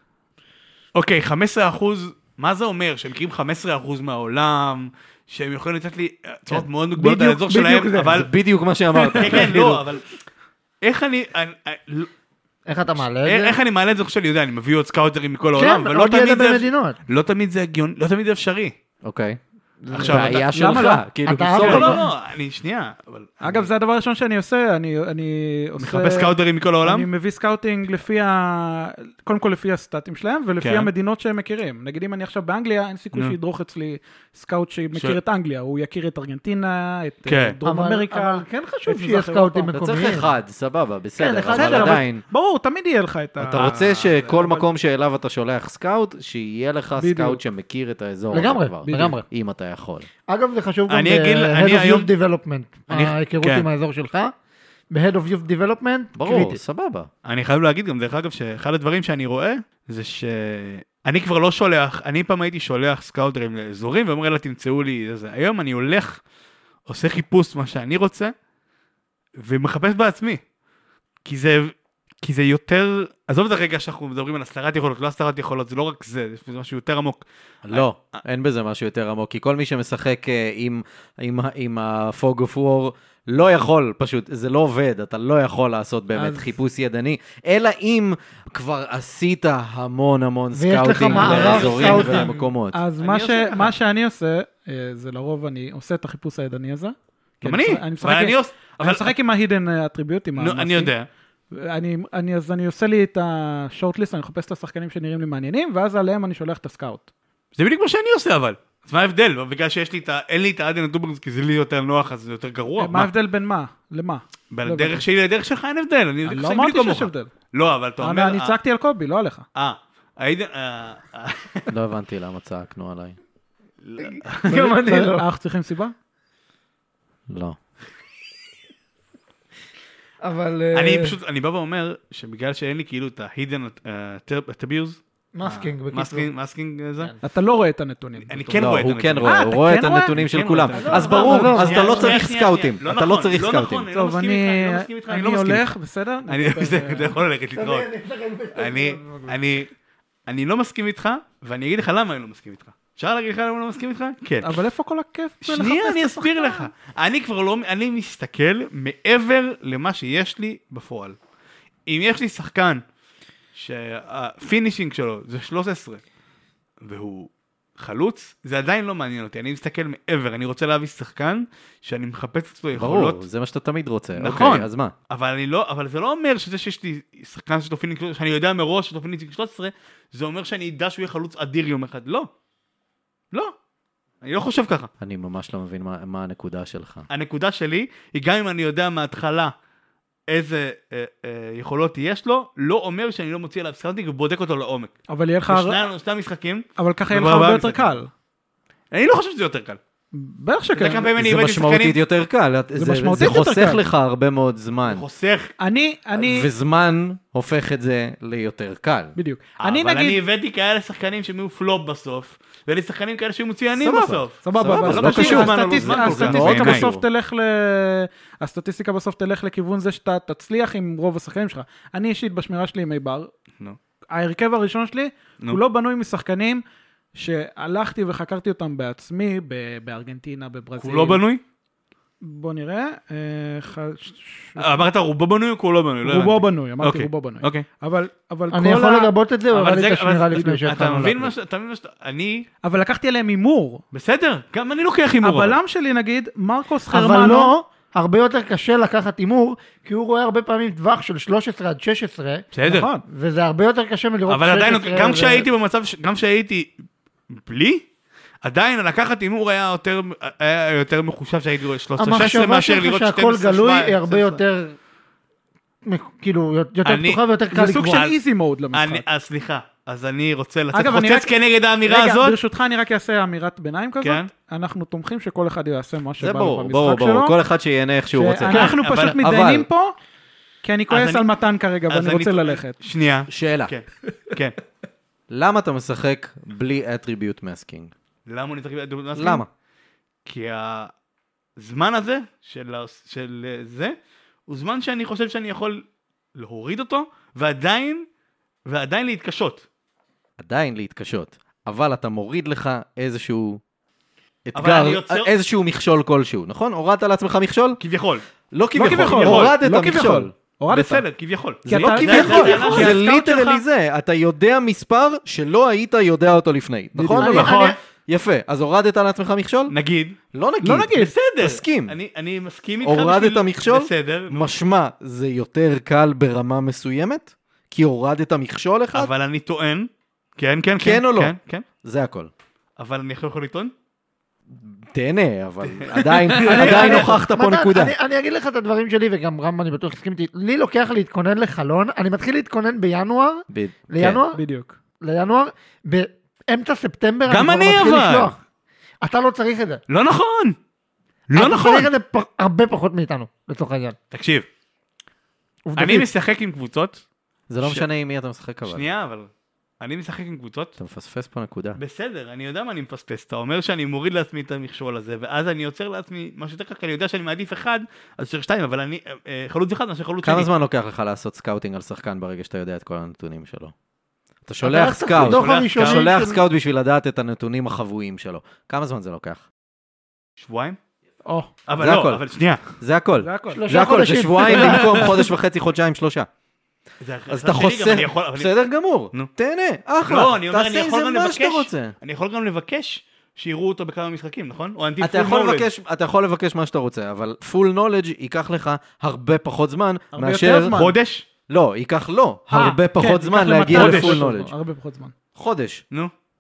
אוקיי, חמישה עשר אחוז, מה זה אומר? שהם מכירים חמישה עשר אחוז מהעולם, שהם יכולים לתת לי הצעות מאוד מגבולות על בדיוק- האזור בדיוק שלהם, זה. אבל... זה בדיוק מה שאמרת. כן, כן, לא, אבל... איך אני... אני- אני- איך אתה מעלה את זה? איך אני מעלה את זה? חושב שאני יודע, אני מביא עוד סקאוטרים מכל העולם, כן, ולא עוד ידע תמיד זה... במדינות. לא תמיד זה הגיון, לא תמיד זה אפשרי. אוקיי. עכשיו, בעיה אתה- שלך. למה לא? כאילו, אתה- בסוף- לא, לא, לא, אני שנייה, אבל... אגב, זה הדבר הראשון שאני עושה, אני אני עושה... מחפש סקאוטרים מכל העולם? אני מביא סקאוטינג לפי ה... קודם כל לפי הסטטים שלהם, ולפי כן. המדינות שהם מכירים. נגיד אם אני עכשיו באנגליה, אין סיכוי נו. שידרוך אצלי סקאוט ש- שמכיר את אנגליה, הוא יכיר את ארגנטינה, את כן. אה, דרום אבל- אמריקה. אבל כן חשוב את שיהיה מזרח סקאוטים אירופה. אתה מקומיים. צריך אחד, סבבה, בסדר, אחד, אבל בסדר, אבל עדיין. ברור, תמיד יהיה לך את ה... אתה רוצה שכל אבל- מקום שאליו אתה שולח סקאוט, שיהיה לך בדיוק. סקאוט שמכיר את האזור הזה לגמרי, כבר. לגמרי. אם אתה יכול. אגב, זה חשוב גם אני אגיד- ב-Head אני of היום- Youth Development, אני- ההיכרות כן. עם האזור שלך. ב-Head of Youth Development, ברור, קריטי. סבבה. אני חייב להגיד גם, דרך אגב, שאחד הדברים שאני רואה, זה שאני כבר לא שולח, אני פעם הייתי שולח סקאוטרים לאזורים, ואומר לה, תמצאו לי איזה. היום אני הולך, עושה חיפוש מה שאני רוצה, ומחפש בעצמי. כי זה, כי זה יותר, עזוב את הרגע שאנחנו מדברים על הסתרת יכולות, לא הסתרת יכולות, זה לא רק זה, זה משהו יותר עמוק. לא, אין בזה משהו יותר עמוק, כי כל מי שמשחק אה, עם- עם ה- עם ה-Fog of War, לא יכול, פשוט, זה לא עובד, אתה לא יכול לעשות באמת אז- חיפוש ידני, אלא אם כבר עשית המון המון ויש לך סקאוטינג מערך לאזורים סקאוטינג. ומקומות. אז אני מה, עושה ש... ככה. מה שאני עושה, אה, זה לרוב אני עושה את החיפוש הידני הזה. כי גם אני, משחק- אני משחק אבל עם- אני עושה, אני משחק עם ה-hidden attribute, עם נו, המאסים. אני יודע. אני, אני, אז אני עושה לי את ה-short list, אני מחפש את השחקנים שנראים לי מעניינים, ואז עליהם אני שולח את הסקאוט. זה בדיוק מה שאני עושה, אבל. אז מה ההבדל? בגלל שיש לי את ה... אין לי את האדן הטוברס, כי זה לי יותר נוח, אז זה יותר גרוע. מה ההבדל בין מה? למה? בדרך שלי לדרך שלך אין הבדל. אני לא אמרתי שיש הבדל. לא, אבל אתה אומר... אני צעקתי על קובי, לא עליך. אה, לא הבנתי למה צעקנו עליי. גם אני לא. אנחנו צריכים סיבה? לא. אבל... אני פשוט, אני בא ואומר, שבגלל שאין לי כאילו את ה-hidden attributes, מסקינג, בקיצור. מסקינג זה, אתה לא רואה את הנתונים. אני כן לא, רואה את הוא הנתונים. כן רואה, הוא רואה את הנתונים של כולם. אז ברור, אז אתה לא צריך סקאוטים. אתה לא צריך סקאוטים. טוב, אני הולך, בסדר? אתה יכול ללכת להתראות. אני לא מסכים איתך, ואני אגיד לך למה אני לא מסכים איתך. אפשר להגיד לך למה אני לא מסכים איתך? כן. אבל איפה כל הכיף? שנייה, אני אסביר לך. אני כבר לא, אני מסתכל מעבר למה שיש לי בפועל. אם יש לי שחקן שהפינישינג שלו זה שלוש עשרה, והוא חלוץ, זה עדיין לא מעניין אותי. אני מסתכל מעבר, אני רוצה להביא שחקן שאני מחפש אצלו יכולות. ברור, זה מה שאתה תמיד רוצה. נכון. אוקיי, אז מה? אבל אני לא, אבל זה לא אומר שזה שיש לי שחקן שיש לו פינישינג, שאני יודע מראש שיש לו פינישינג שלוש עשרה, זה אומר שאני אדע שהוא יהיה חלוץ אדיר יום אחד. לא. לא. אני לא חושב ככה. אני ממש לא מבין מה, מה הנקודה שלך. הנקודה שלי היא גם אם אני יודע מההתחלה איזה אה, אה, יכולות יש לו, לא אומר שאני לא מוציא עליו סקאוטינג ובודק אותו לעומק. אבל יהיה לך... בשני, שני המשחקים... אבל ככה יהיה לך הרבה יותר קל. אני לא חושב שזה יותר קל. בטח שכן. זה משמעותית יותר קל. זה חוסך לך הרבה מאוד זמן. זה חוסך. אני, אני... וזמן הופך את זה ליותר קל. בדיוק. אבל אני הבאתי כאלה שחקנים שהם יהיו פלופ בסוף, ואלה שחקנים כאלה שהיו מצוינים בסוף. סבבה, זה לא קשור. הסטטיסטיקה בסוף תלך ל... הסטטיסטיקה בסוף תלך לכיוון זה שאתה תצליח עם רוב השחקנים שלך. אני אישית בשמירה שלי עם איבר. ההרכב הראשון שלי, הוא לא בנוי משחקנים שהלכתי וחקרתי אותם בעצמי, בארגנטינה, בברזיל. הוא לא בנוי? בוא נראה. אמרת רובו בנוי או הוא לא בנוי? רובו בנוי, אמרתי רובו בנוי. אבל אני יכול לגבות את זה, או אבל את השמירה לפני שאתה אתה מבין מה שאתה... אני... אבל לקחתי עליהם הימור. בסדר, גם אני לוקח הימור. הבלם שלי נגיד, מרקוס חרמנו. אבל לא, הרבה יותר קשה לקחת הימור, כי הוא רואה הרבה פעמים טווח של שלוש עשרה עד שש עשרה. בסדר. וזה הרבה יותר קשה מלראות אבל עדיין, גם כשהייתי במצב, גם כשהייתי בלי, עדיין לקחת הימור היה יותר, היה יותר מחושב שהייתי רואה שלוש עשרה שש עשרה מאשר לראות שהכל גלוי היא הרבה יותר, כאילו, יותר פתוחה ויותר קל לקבוע. זה סוג של איזי מוד למשחק. אז סליחה, אז אני רוצה לצאת חוצץ כנגד האמירה הזאת. רגע, ברשותך אני רק אעשה אמירת ביניים כזאת. אנחנו תומכים שכל אחד יעשה מה שבא לו במשחק שלו. ברור, ברור, כל אחד שיהנה איך שהוא רוצה. אנחנו פשוט מתדיינים פה, כי אני כועס על מתן כרגע ואני רוצה ללכת. שנייה. שאלה. כן. למה אתה משחק בלי attribute masking? למה אני צריך attribute masking? למה? כי הזמן הזה של, של זה, הוא זמן שאני חושב שאני יכול להוריד אותו, ועדיין, ועדיין להתקשות. עדיין להתקשות. אבל אתה מוריד לך איזשהו אתגר, יוצר... איזשהו מכשול כלשהו, נכון? הורדת על עצמך מכשול? כביכול. לא כביכול, הורדת לא מכשול. בסדר, כביכול. זה לא כביכול, זה ליטרלי זה. אתה יודע מספר שלא היית יודע אותו לפני. נכון? נכון. יפה, אז הורדת על עצמך מכשול? נגיד. לא נגיד. לא נגיד. בסדר. תסכים. אני, אני מסכים איתך. הורדת מכשול? בסדר. משמע, זה יותר קל ברמה מסוימת? כי הורדת מכשול אחד? אבל אני טוען. כן, כן, כן. כן או לא? כן, כן. זה הכל. אבל אני יכול לטעון? תהנה, אבל עדיין, עדיין הוכחת פה נקודה. אני אגיד לך את הדברים שלי, וגם רם, אני בטוח הסכים איתי. לי לוקח להתכונן לחלון, אני מתחיל להתכונן בינואר. לינואר? בדיוק. לינואר. באמצע ספטמבר גם אני אבל. אתה לא צריך את זה. לא נכון. לא נכון. אתה צריך את זה הרבה פחות מאיתנו, לצורך העניין. תקשיב. אני משחק עם קבוצות. זה לא משנה עם מי אתה משחק אבל. שנייה, אבל אני משחק עם קבוצות. אתה מפספס פה נקודה. בסדר, אני יודע מה אני מפספס. אתה אומר שאני מוריד לעצמי את המכשול הזה, ואז אני יוצר לעצמי משהו יותר כך, כי אני יודע שאני מעדיף אחד, אז צריך שתיים, אבל אני חלוץ אחד, מאשר חלוץ שני. כמה זמן לוקח לך לעשות סקאוטינג על שחקן ברגע שאתה יודע את כל הנתונים שלו? אתה שולח סקאוט, אתה שולח סקאוט בשביל לדעת את הנתונים החבויים שלו. כמה זמן זה לוקח? שבועיים? אבל לא, אבל שנייה. זה הכל. זה הכל. זה הכל, זה שבועיים במקום חודש וחצי, חודשיים, שלושה. אז אתה חוסך, בסדר גמור, תהנה, אחלה, תעשה עם זה מה שאתה רוצה. אני יכול גם לבקש שיראו אותו בכמה משחקים, נכון? אתה יכול לבקש מה שאתה רוצה, אבל full knowledge ייקח לך הרבה פחות זמן מאשר... חודש? לא, ייקח לא, הרבה פחות זמן להגיע ל-full knowledge. הרבה פחות זמן. חודש. נו.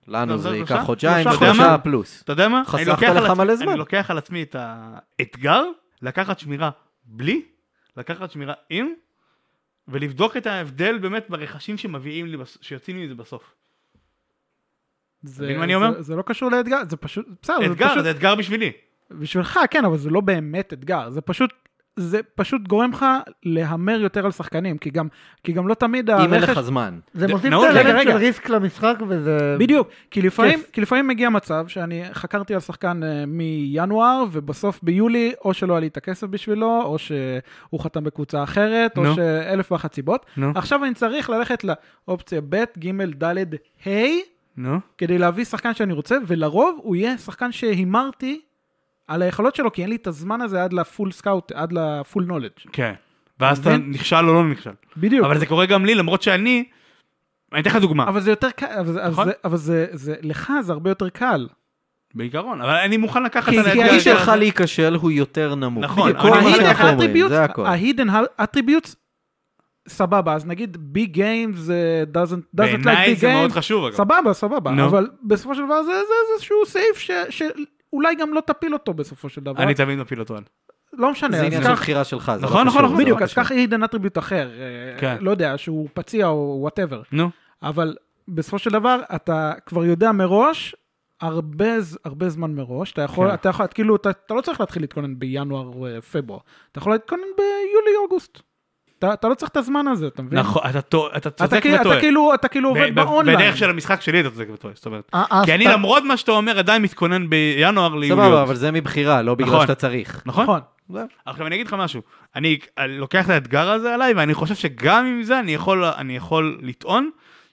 לנו לא, זה זה ייקח שלושה? חודשיים, שלושה שלושה חודשים. פלוס. אתה יודע מה? חסכת אני לוקח לך על עצמי- מלא זמן. אני לוקח על עצמי את האתגר, לקחת שמירה בלי, לקחת שמירה עם, ולבדוק את ההבדל באמת ברכשים שמביאים לי, בס- שיוצאים לי מזה בסוף. זה, מבין מה אני אומר? זה, זה לא קשור לאתגר, זה פשוט, בסדר, זה אתגר, פשוט, זה אתגר בשבילי. בשבילך, כן, אבל זה לא באמת אתגר, זה פשוט, זה פשוט גורם לך להמר יותר על שחקנים, כי גם, כי גם לא תמיד אם אין הרכש... לך זמן. זה ד- מוסיף נאור, את רגע, האלמנט של רגע. ריסק למשחק, וזה... בדיוק, כי לפעמים, כיף. כי לפעמים מגיע מצב שאני חקרתי על שחקן uh, מינואר, ובסוף ביולי, או שלא היה לי את הכסף בשבילו, או שהוא חתם בקבוצה אחרת, או נו. שאלף ואחת סיבות. נו. עכשיו אני צריך ללכת לאופציה ב', ג', ד', ה', נו. כדי להביא שחקן שאני רוצה, ולרוב הוא יהיה שחקן שהימרתי על היכולות שלו, כי אין לי את הזמן הזה עד לפול סקאוט, עד לפול נולדג'. כן. ואז אתה מבין? נכשל או לא נכשל. בדיוק. אבל זה קורה גם לי, למרות שאני, אני אתן לך דוגמה, אבל זה יותר קל, אבל, זה- נכון? אבל, זה, אבל זה, זה, לך זה הרבה יותר קל. בעיקרון, אבל אני מוכן לקחת כי- על כי האתגר האיש הסיכוי הזה. שלך להיכשל הוא יותר נמוך. נכון, בדיוק, אבל כל אני מה מוכן שאנחנו אומרים, ה-attributes, זה הכל. ה-hidden attributes, סבבה, אז נגיד big games זה doesn't, doesn't like בעיניי big זה מאוד games, חשוב, אגב. סבבה, סבבה, נו. אבל בסופו של דבר זה זה איזשהו סעיף ש- שאולי גם לא תפיל אותו בסופו של דבר, אני תמיד מפיל אותו על. לא משנה, זה אז עניין של קח- בחירה שלך. זה לא נכון, נכון, קשור, נכון. זה בדיוק, לא אז קשור. קח hidden attribute אחר, אה, כן. לא יודע, שהוא פציע או whatever, נו. אבל בסופו של דבר אתה כבר יודע מראש, הרבה, ז- הרבה זמן מראש, אתה יכול, כן. אתה יכול, כאילו, אתה, אתה לא צריך להתחיל להתכונן בינואר או אה, פברואר, אתה יכול להתכונן ביולי-אוגוסט. אתה, אתה לא צריך את הזמן הזה, אתה מבין? נכון, אתה טוע- אתה אתה, צודק כאילו- וטועה. אתה כאילו, אתה כאילו ב- עובד ב- באונליין. בדרך של המשחק שלי אתה צודק וטועה, זאת אומרת. ה- כי אני הסט- למרות מה שאתה אומר עדיין מתכונן בינואר ליולי. סבבה, אבל זה מבחירה, לא בגלל נכון. שאתה צריך. נכון? נכון. עכשיו אני אגיד לך משהו, אני לוקח את האתגר הזה עליי, ואני חושב שגם עם זה אני יכול, אני יכול לטעון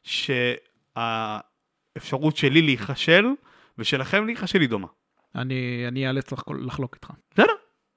שהאפשרות שלי להיחשל, ושלכם להיחשל היא דומה. אני, אני אאלץ לחלוק- לחלוק איתך. בסדר?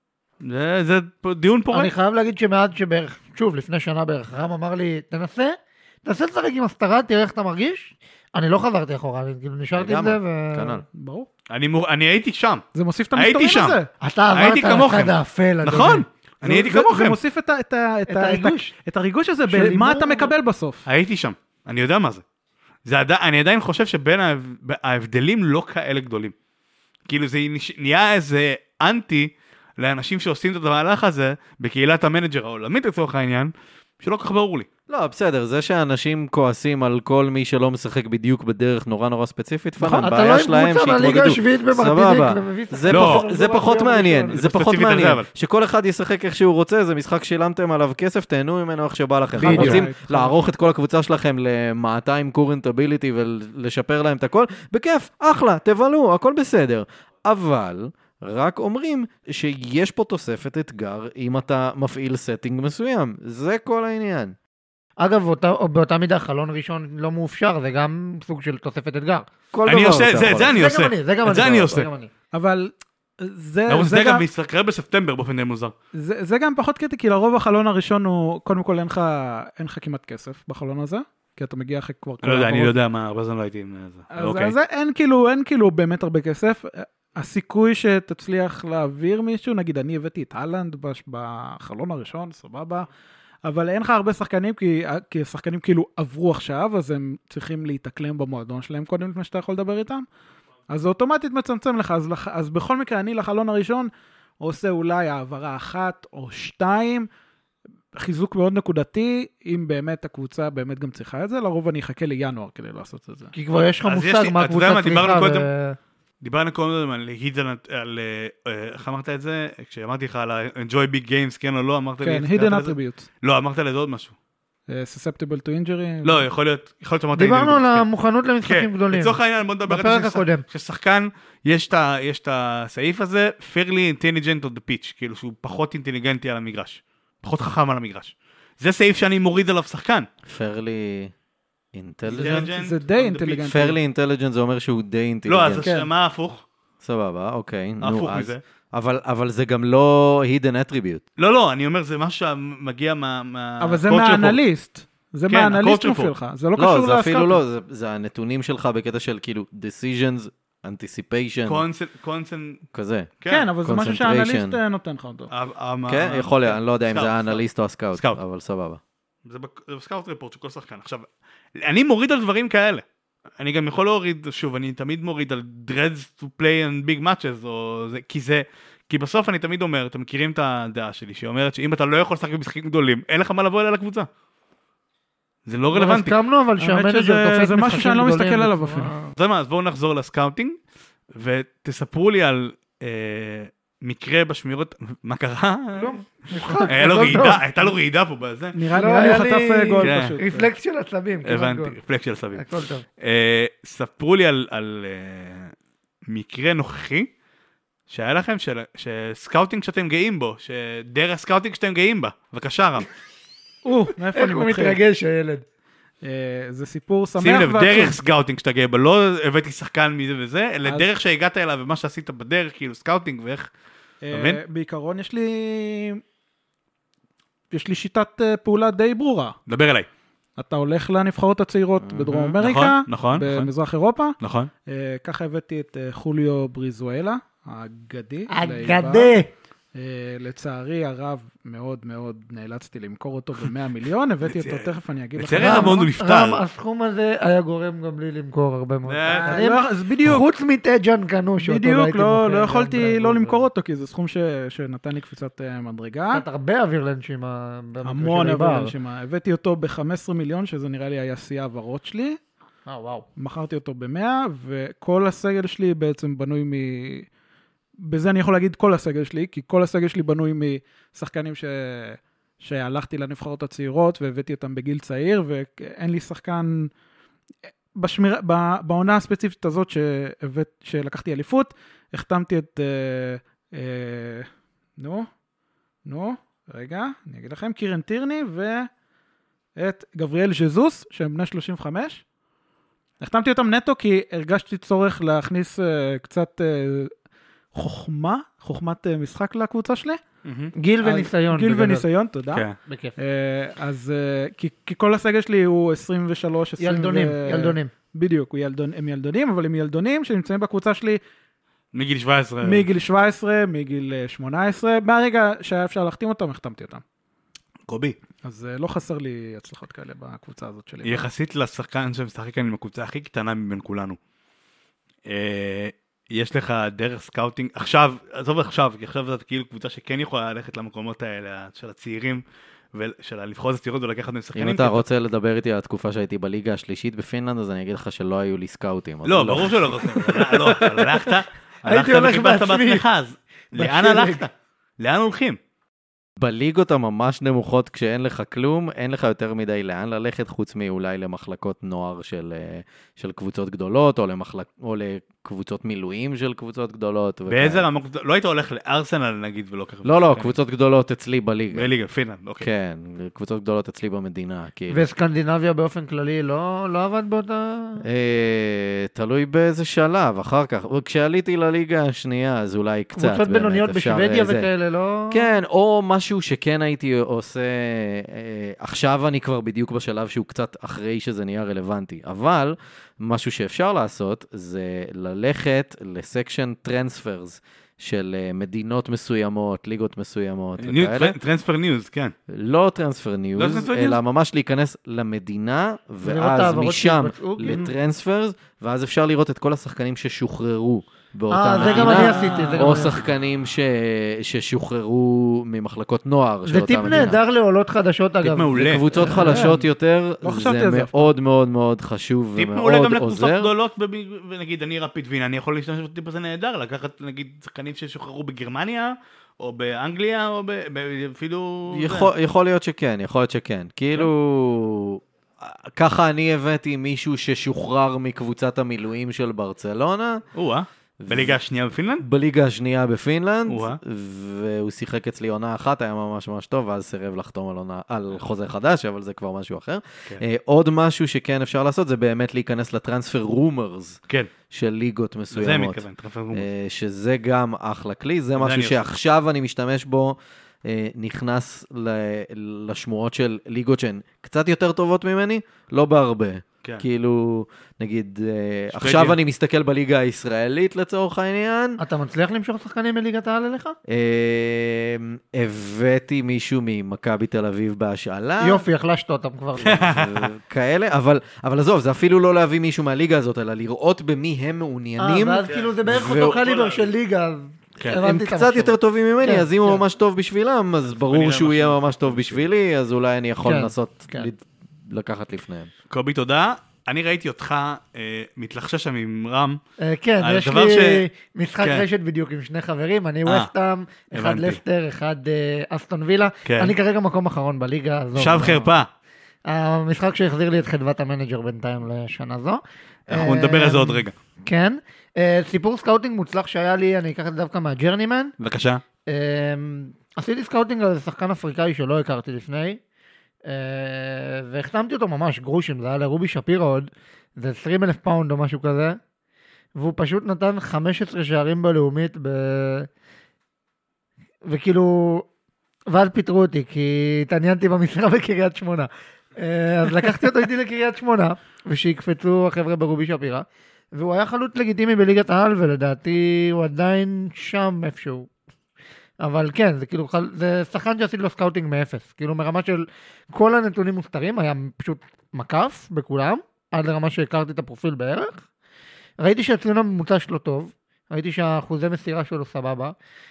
זה, זה פה- דיון פורה. אני חייב להגיד שמעט שבערך, שוב, לפני שנה בערך, רם אמר לי, תנסה, תנסה לשחק עם הסתרה, תראה איך אתה מרגיש. אני לא חזרתי אחורה, אני כאילו נשארתי עם זה, ו... כנ"ל. ברור. אני, מור- אני הייתי שם, זה מוסיף את הייתי המסתורים שם. הזה. אתה הייתי עברת כמוכם. לצד האפל, אדוני. נכון? אני הייתי זה- כמוכם, זה מוסיף את, ה- את, ה- את, את ה- הריגוש. את הריגוש הזה, של במה הימור. אתה מקבל בסוף. הייתי שם, אני יודע מה זה. זה עדי, אני עדיין חושב שבין ההב- ההבדלים לא כאלה גדולים. כאילו זה נש- נהיה איזה אנטי לאנשים שעושים את המהלך הזה בקהילת המנג'ר העולמית לצורך העניין, שלא כך ברור לי. לא, בסדר, זה שאנשים כועסים על כל מי שלא משחק בדיוק בדרך נורא נורא ספציפית, נכון, פאנן, אתה לא בעיה עם שלהם קבוצה בליגה שיתמודדו. השביעית במרטיניק סבבה, ומביא זה לא. פחות- זה פחות מעניין, זה זה פחות ספציפית על זה, מעניין. אבל. שכל אחד ישחק איך שהוא רוצה, זה משחק שילמתם עליו כסף, תהנו ממנו איך שבא לכם. אתם בדיוק. רוצים חד לערוך את כל הקבוצה שלכם ל-מאתיים קורנט אביליטי ולשפר להם את הכל, בכיף, אחלה, תבלו, הכל בסדר. אבל רק אומרים שיש פה תוספת אתגר אם אתה מפעיל סטינג מסוים. זה כל העניין. אגב, באותה- באותה מידה, חלון ראשון לא מאופשר, זה גם סוג של תוספת אתגר. כל אני דבר עושה, אתה זה- יכול זה אני זה עושה. גם אני, זה גם את אני. זה אני זה עושה. גם אני. אבל זה, למרות זה, שזה גם, גם יקרה בספטמבר באופן די מוזר. זה, זה גם פחות קריטי, כי לרוב החלון הראשון הוא, קודם כל אין לך, אין לך כמעט כסף בחלון הזה, כי אתה מגיע אחרי כבר... אני לא יודע, אני לא העברות. יודע מה, הרבה זמן לא הייתי עם זה. אז, אוקיי. אז אין כאילו, אין כאילו באמת הרבה כסף. הסיכוי שתצליח להעביר מישהו, נגיד אני הבאתי את הלנד בש- בחלון הראשון, סבבה, אבל אין לך הרבה שחקנים, כי, כי השחקנים כאילו עברו עכשיו, אז הם צריכים להתאקלם במועדון שלהם קודם לפני שאתה יכול לדבר איתם. אז זה אוטומטית מצמצם לך, אז, לח- אז בכל מקרה אני לחלון הראשון עושה אולי העברה אחת או שתיים, חיזוק מאוד נקודתי, אם באמת הקבוצה באמת גם צריכה את זה, לרוב אני אחכה לינואר כדי לעשות את זה. כי כבר יש לך אז יש מושג לי- מה אתה יודע מה, הקבוצה דיברנו צריכה. קודם- ו- דיברנו קודם על הידן, על, אה, איך אמרת את זה? כשאמרתי לך על ה-enjoy big games, כן או לא, אמרת לי... כן, איך hidden קראת לזה? attributes. לא, אמרת לזה עוד משהו. Uh, susceptible to injury. לא, יכול להיות, יכול להיות שאמרת... דיברנו hidden על attributes, המוכנות כן. למשחקים כן, גדולים. לצורך העניין, בוא נדבר על בפרק זה הקודם. ששחקן, יש את ה- יש את הסעיף הזה, fairly intelligent on the pitch, כאילו שהוא פחות אינטליגנטי על המגרש, פחות חכם על המגרש. זה סעיף שאני מוריד עליו שחקן. fairly intelligent? זה on די the אינטליגנטי. pitch. fairly intelligent זה אומר שהוא די לא, אז אינטליגנט. כן. מה ההפוך? סבבה, אוקיי. נו, ההפוך אז- מזה. אבל, אבל זה גם לא hidden attribute. לא, לא, אני אומר, זה משהו שמגיע מה... מה- אבל זה coach report. מהאנליסט. זה כן, מהאנליסט ה-coach מופיע report. לך. זה לא לא, קשור זה אפילו להסקאוטינג. לא, זה, זה הנתונים שלך בקטע של כאילו decisions, anticipation, קונסנט, קונסנט, כזה. כן, אבל זה משהו concentration. שהאנליסט אה, נותן לך אותו. כן, יכול להיות, אני לא יודע אם סקאוט, זה האנליסט או הסקאוט, סקאוט. אבל סבבה. זה בק- זה בסקאוט ריפורט של כל שחקן. עכשיו, אני מוריד על דברים כאלה. אני גם יכול להוריד, שוב, אני תמיד מוריד על dreads to play and big matches, או זה, כי זה, כי בסוף אני תמיד אומר, אתם מכירים את הדעה שלי, שאומרת שאם אתה לא יכול לשחק במשחקים גדולים, אין לך מה לבוא אליה לקבוצה. זה לא רלוונטי. לא הסכמנו, אבל שהמנג'ר תופס זה משהו שאני לא מסתכל עליו אפילו. זה מה, אז בואו נחזור לסקאוטינג, ותספרו לי על אה, מקרה בשמירות, מה קרה? לא, מוכרח. הייתה לו רעידה פה בזה. נראה לי הוא חטף גול כן. פשוט. רפלקס של עצבים. כמעט הבנתי, גול. רפלקס של סביב. הכל טוב. אה, ספרו לי על, על אה, מקרה נוכחי, שהיה לכם, של, שסקאוטינג שאתם גאים בו, שדרך סקאוטינג שאתם גאים בה. בבקשה רם. או, מאיפה איך אני הוא מתחיל? מתרגש הילד. אה, זה סיפור שמח שים לב, ועצוב. דרך סקאוטינג שאתה גאה בה, לא הבאתי שחקן מזה וזה, אלא אז- דרך שהגעת אליו ומה שעשית בדרך, כאילו סקאוטינג ואיך, אה, אתה מבין? בעיקרון יש לי... יש לי שיטת אה, פעולה די ברורה. דבר אליי. אתה הולך לנבחרות הצעירות בדרום אמריקה, נכון, נכון, במזרח אירופה. נכון. אה, ככה הבאתי את אה, חוליו בריזואלה, האגדי. אגדה. אה, לצערי הרב מאוד מאוד נאלצתי למכור אותו ב-מאה מיליון, הבאתי אותו, תכף אני אגיד לך. לצערי הרב מאוד הוא נפטר. רם, הסכום הזה היה גורם גם לי למכור הרבה מאוד. אה, דברים. לא, אז בדיוק, חוץ מטג'אן קנו שאותו בדיוק, הייתי לא מוכר לא גם יכולתי ברזיל. לא למכור אותו, כי זה סכום ש- שנתן לי קפיצת אה, מדרגה. קצת הרבה אוויר לנשימה. במקרה המון של אבל איבר. נשימה. הבאתי אותו ב-חמישה עשר מיליון, שזה נראה לי היה שיא העברות שלי. אה, וואו. מכרתי אותו ב-מאה, וכל הסגל שלי בעצם בנוי מ... בזה אני יכול להגיד כל הסגל שלי, כי כל הסגל שלי בנוי משחקנים ש... שהלכתי לנבחרות הצעירות, והבאתי אותם בגיל צעיר, ואין לי שחקן... בשמיר... ב... בעונה הספציפית הזאת שהבאת... שלקחתי אליפות, החתמתי את... אה... אה... נו, נו, רגע, אני אגיד לכם, קירן טירני ואת גבריאל ז'זוס, שהם בני שלושים וחמש. החתמתי אותם נטו כי הרגשתי צורך להכניס uh, קצת uh, חוכמה, חוכמת uh, משחק לקבוצה שלי. גיל וניסיון. גיל בגדול. וניסיון, תודה. כן. בכיף. Uh, אז uh, כי, כי כל הסגל שלי הוא עשרים ושלוש, עשרים ילדונים, ו... ילדונים. בדיוק, הוא ילדון, הם ילדונים, אבל הם ילדונים שנמצאים בקבוצה שלי מגיל שבע עשרה. מגיל שבע עשרה, מגיל uh, שמונה עשרה, מהרגע שהיה אפשר להחתים אותם, החתמתי אותם. קובי. אז uh, לא חסר לי הצלחות כאלה בקבוצה הזאת שלי. יחסית לשחקן שמשחק כאן עם הקבוצה הכי קטנה מבין כולנו. אה, יש לך דרך סקאוטינג, עכשיו, עזוב עכשיו, כי עכשיו זאת כאילו קבוצה שכן יכולה ללכת למקומות האלה של הצעירים, ושל הנבחרות הצעירות ולקחת מהם שחקנים. אם אתה רוצה לדבר איתי על התקופה שהייתי בליגה השלישית בפינלנד, אז אני אגיד לך שלא היו לי סקאוטים. אז לא, ברור שלא רוצים. לא, אבל הלכת, הלכת הולך וחיפשת בעצמי. בעצמך, אז לאן בשלג. הלכת? לאן הולכים? בליגות הממש נמוכות, כשאין לך כלום, אין לך יותר מדי לאן ללכת, חוץ מאולי למחלקות נוער של, אה, של קבוצות גדולות, או, למחלק, או לקבוצות מילואים של קבוצות גדולות. באיזה וכאלה. רמה? לא היית הולך לארסנל נגיד ולא ככה. לא, לא, קבוצות גדולות אצלי בליגה. בליגה, פינלנד, אוקיי. כן, קבוצות גדולות אצלי במדינה. כאילו. וסקנדינביה באופן כללי לא לא עבד באותה... אה, תלוי באיזה שלב, אחר כך. כשעליתי לליגה השנייה, אז אולי קצת. קבוצות באמת, בינוניות אפשר, בשוודיה אה, זה. וכאלה, לא... כן, או משהו שכן הייתי עושה, אה, עכשיו אני כבר בדיוק בשלב שהוא קצת אחרי שזה נהיה רלוונטי, אבל משהו שאפשר לעשות זה ללכת לסקשן טרנספרס של אה, מדינות מסוימות, ליגות מסוימות וכאלה. טרנספר ניוז, כן. לא טרנספר ניוז, טרנספר אלא ניוז? ממש להיכנס למדינה, ולראות את ואז העברות משם שהתבצעו, כן. לטרנספרס, ואז אפשר לראות את כל השחקנים ששוחררו באותה אה, זה גם אני מדינה, עשיתי, זה גם או אני שחקנים ש... ששוחררו ממחלקות נוער של זה אותה טיפ מדינה. נהדר לעולות חדשות אגב. מעולה. לקבוצות חלשות יותר, לא זה חשבתי על זה אף מאוד מאוד מאוד חשוב טיפ מעולה ומאוד גם לקבוצות עוזר. גדולות, בב- ונגיד אני רפיד וינה, אני יכול להשתמש בטיפ הזה נהדר, לקחת נגיד שחקנים ששוחררו בגרמניה, או באנגליה, או ב- ב- אפילו... יכול, יכול להיות שכן, יכול להיות שכן. כאילו, ככה אני הבאתי מישהו ששוחרר מקבוצת המילואים של ברצלונה, או-אה, בליגה השנייה בפינלנד? בליגה השנייה בפינלנד, או-אה. והוא שיחק אצלי עונה אחת, היה ממש ממש טוב, ואז סירב לחתום על, עונה, על חוזה חדש, אבל זה כבר משהו אחר. כן. אה, עוד משהו שכן אפשר לעשות, זה באמת להיכנס לטרנספר רומרס כן, של ליגות לזה מסוימות. מתכוון, טרנספר ניוז. אה, שזה גם אחלה כלי, זה משהו אני עושה. שעכשיו אני משתמש בו, נכנס לשמועות של ליגות שהן קצת יותר טובות ממני, לא בהרבה. כן. כאילו, נגיד, עכשיו אני מסתכל בליגה הישראלית לצורך העניין. אתה מצליח למשוך שחקנים מליגת העל אליך? הבאתי מישהו ממכבי תל אביב בהשאלה. יופי, החלשת אותם כבר. כאלה, אבל, אבל עזוב, זה אפילו לא להביא מישהו מהליגה הזאת, אלא לראות במי הם מעוניינים. ואז כאילו זה בערך אותו קליבר של ליגה. הם קצת יותר טובים ממני, אז אם הוא ממש טוב בשבילם, אז ברור שהוא יהיה ממש טוב בשבילי, אז אולי אני יכול לנסות לקחת לפניהם. קובי, תודה. אני ראיתי אותך מתלחשש שם עם רם. כן, יש לי משחק רשת בדיוק עם שני חברים, אני ווסטהאם, אחד לסטר, אחד אסטון וילה. אני כרגע מקום אחרון בליגה הזו. שב חרפה. המשחק שהחזיר לי את חדוות המנג'ר בינתיים לשנה זו. אנחנו נדבר על זה עוד רגע. כן. סיפור סקאוטינג מוצלח שהיה לי, אני אקח את זה דווקא מהג'רנימן. בבקשה. עשיתי סקאוטינג על שחקן אפריקאי שלא הכרתי לפני. והחתמתי אותו ממש גרושים, זה היה לרובי שפירו עוד, זה עשרים אלף פאונד או משהו כזה, והוא פשוט נתן חמישה עשר שערים בלאומית, ב... וכאילו, ואז פיתרו אותי, כי התעניינתי במשרה בקריית שמונה, אז לקחתי אותו איתי לקריית שמונה, ושיקפצו החבר'ה ברובי שפירה, והוא היה חלוץ לגיטימי בליגת העל, ולדעתי הוא עדיין שם איפשהו. אבל כן, זה כאילו, זה שחקן שעשיתי לו סקאוטינג מאפס, כאילו מרמה של כל הנתונים מוסתרים, היה פשוט מקף בכולם, עד לרמה שהכרתי את הפרופיל בערך, ראיתי שהציון הממוצע שלו טוב, ראיתי שהאחוזי מסירה שלו סבבה,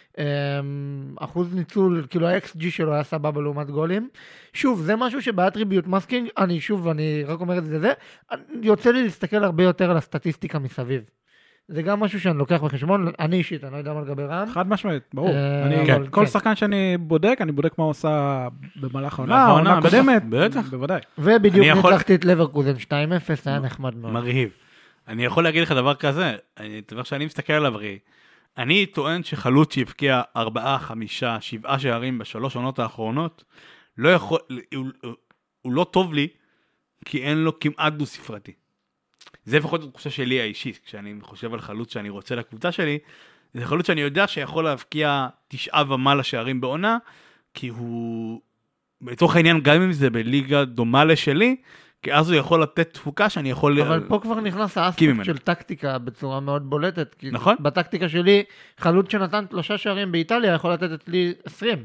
אחוז ניצול, כאילו ה-אקס ג'י שלו היה סבבה לעומת גולים, שוב, זה משהו שבאטריביוט מסקינג, אני שוב, אני רק אומר את זה, זה, יוצא לי להסתכל הרבה יותר על הסטטיסטיקה מסביב. זה גם משהו שאני לוקח בחשבון, אני אישית, אני לא יודע מה לגבי רם. חד משמעית, ברור. כל שחקן שאני בודק, אני בודק מה הוא עושה במהלך העונה, העונה הקודמת, בוודאי. ובדיוק ניצחתי את לברקוזן שתיים אפס, היה נחמד מאוד. מרהיב. אני יכול להגיד לך דבר כזה, דבר שאני מסתכל עליו, אני טוען שחלוץ שהבקיע ארבעה, חמישה, שבעה שערים בשלוש עונות האחרונות, לא יכול, הוא לא טוב לי, כי אין לו כמעט דו ספרתי. זה לפחות התחושה שלי האישית, כשאני חושב על חלוץ שאני רוצה לקבוצה שלי, זה חלוץ שאני יודע שיכול להבקיע תשעה ומעלה שערים בעונה, כי הוא, בתוך העניין, גם אם זה בליגה דומה לשלי, כי אז הוא יכול לתת תפוקה שאני יכול... אבל פה כבר נכנס האספקט של טקטיקה בצורה מאוד בולטת. נכון. בטקטיקה שלי, חלוץ שנתן שלושה שערים באיטליה יכול לתת את לי עשרים.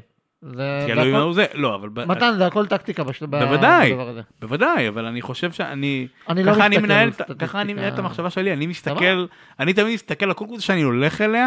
לא, אבל... מתן, זה הכל טקטיקה בוודאי, בוודאי, אבל אני חושב שאני... ככה אני מנהל את המחשבה שלי, אני מסתכל, אני תמיד מסתכל על כל קבוצה שאני הולך אליה,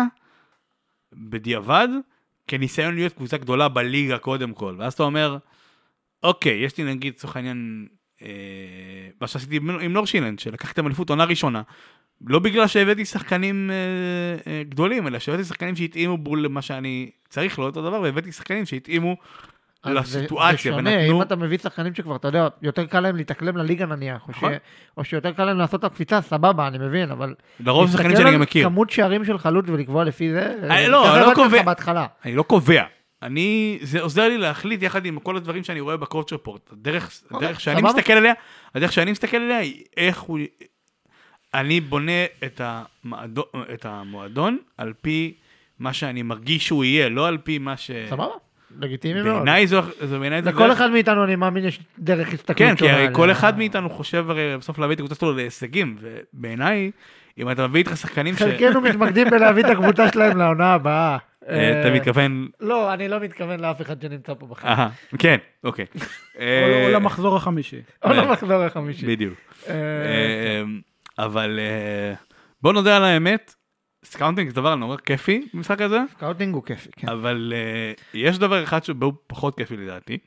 בדיעבד, כניסיון להיות קבוצה גדולה בליגה קודם כל, ואז אתה אומר, אוקיי, יש לי נגיד, צורך העניין, מה שעשיתי עם נורשילנד, שלקחתם אליפות עונה ראשונה, לא בגלל שהבאתי שחקנים אה, אה, גדולים, אלא שהבאתי שחקנים שהתאימו בול למה שאני צריך, לא אותו דבר, והבאתי שחקנים שהתאימו לסיטואציה. זה שונה, ונתנו... אם אתה מביא שחקנים שכבר, אתה יודע, יותר קל להם להתאקלם לליגה נניח, או, ש... או שיותר קל להם לעשות את הקפיצה, סבבה, אני מבין, אבל... לרוב שחקנים שאני גם מכיר. כמות שערים של חלוץ ולקבוע לפי זה, אני לא, אני לא קובע. אני לא קובע. אני, זה עוזר לי להחליט יחד עם כל הדברים שאני רואה בקורט רפורט. הדרך, הדרך שאני מסתכל עליה, הדרך שאני מסתכל עליה היא איך הוא... אני בונה את המועדון, את המועדון על פי מה שאני מרגיש שהוא יהיה, לא על פי מה ש... סבבה, לגיטימי מאוד. בעיניי זו... בעיניי זו... לכל אחד מאיתנו אני מאמין יש דרך הסתכלות שונה. כן, כי הרי כל אחד מאיתנו חושב הרי בסוף להביא את הקבוצה שלו להישגים, ובעיניי, אם אתה מביא איתך שחקנים ש... חלקנו מתמקדים בלהביא את הקבוצה שלהם לעונה הבאה. אתה מתכוון... לא, אני לא מתכוון לאף אחד שנמצא פה בחיים. כן, אוקיי. או למחזור החמישי. או למחזור החמישי. בדיוק. אבל בוא נודה על האמת, סקאוטינג זה דבר נורא כיפי במשחק הזה. סקאוטינג הוא כיפי, כן. אבל יש דבר אחד שהוא פחות כיפי לדעתי,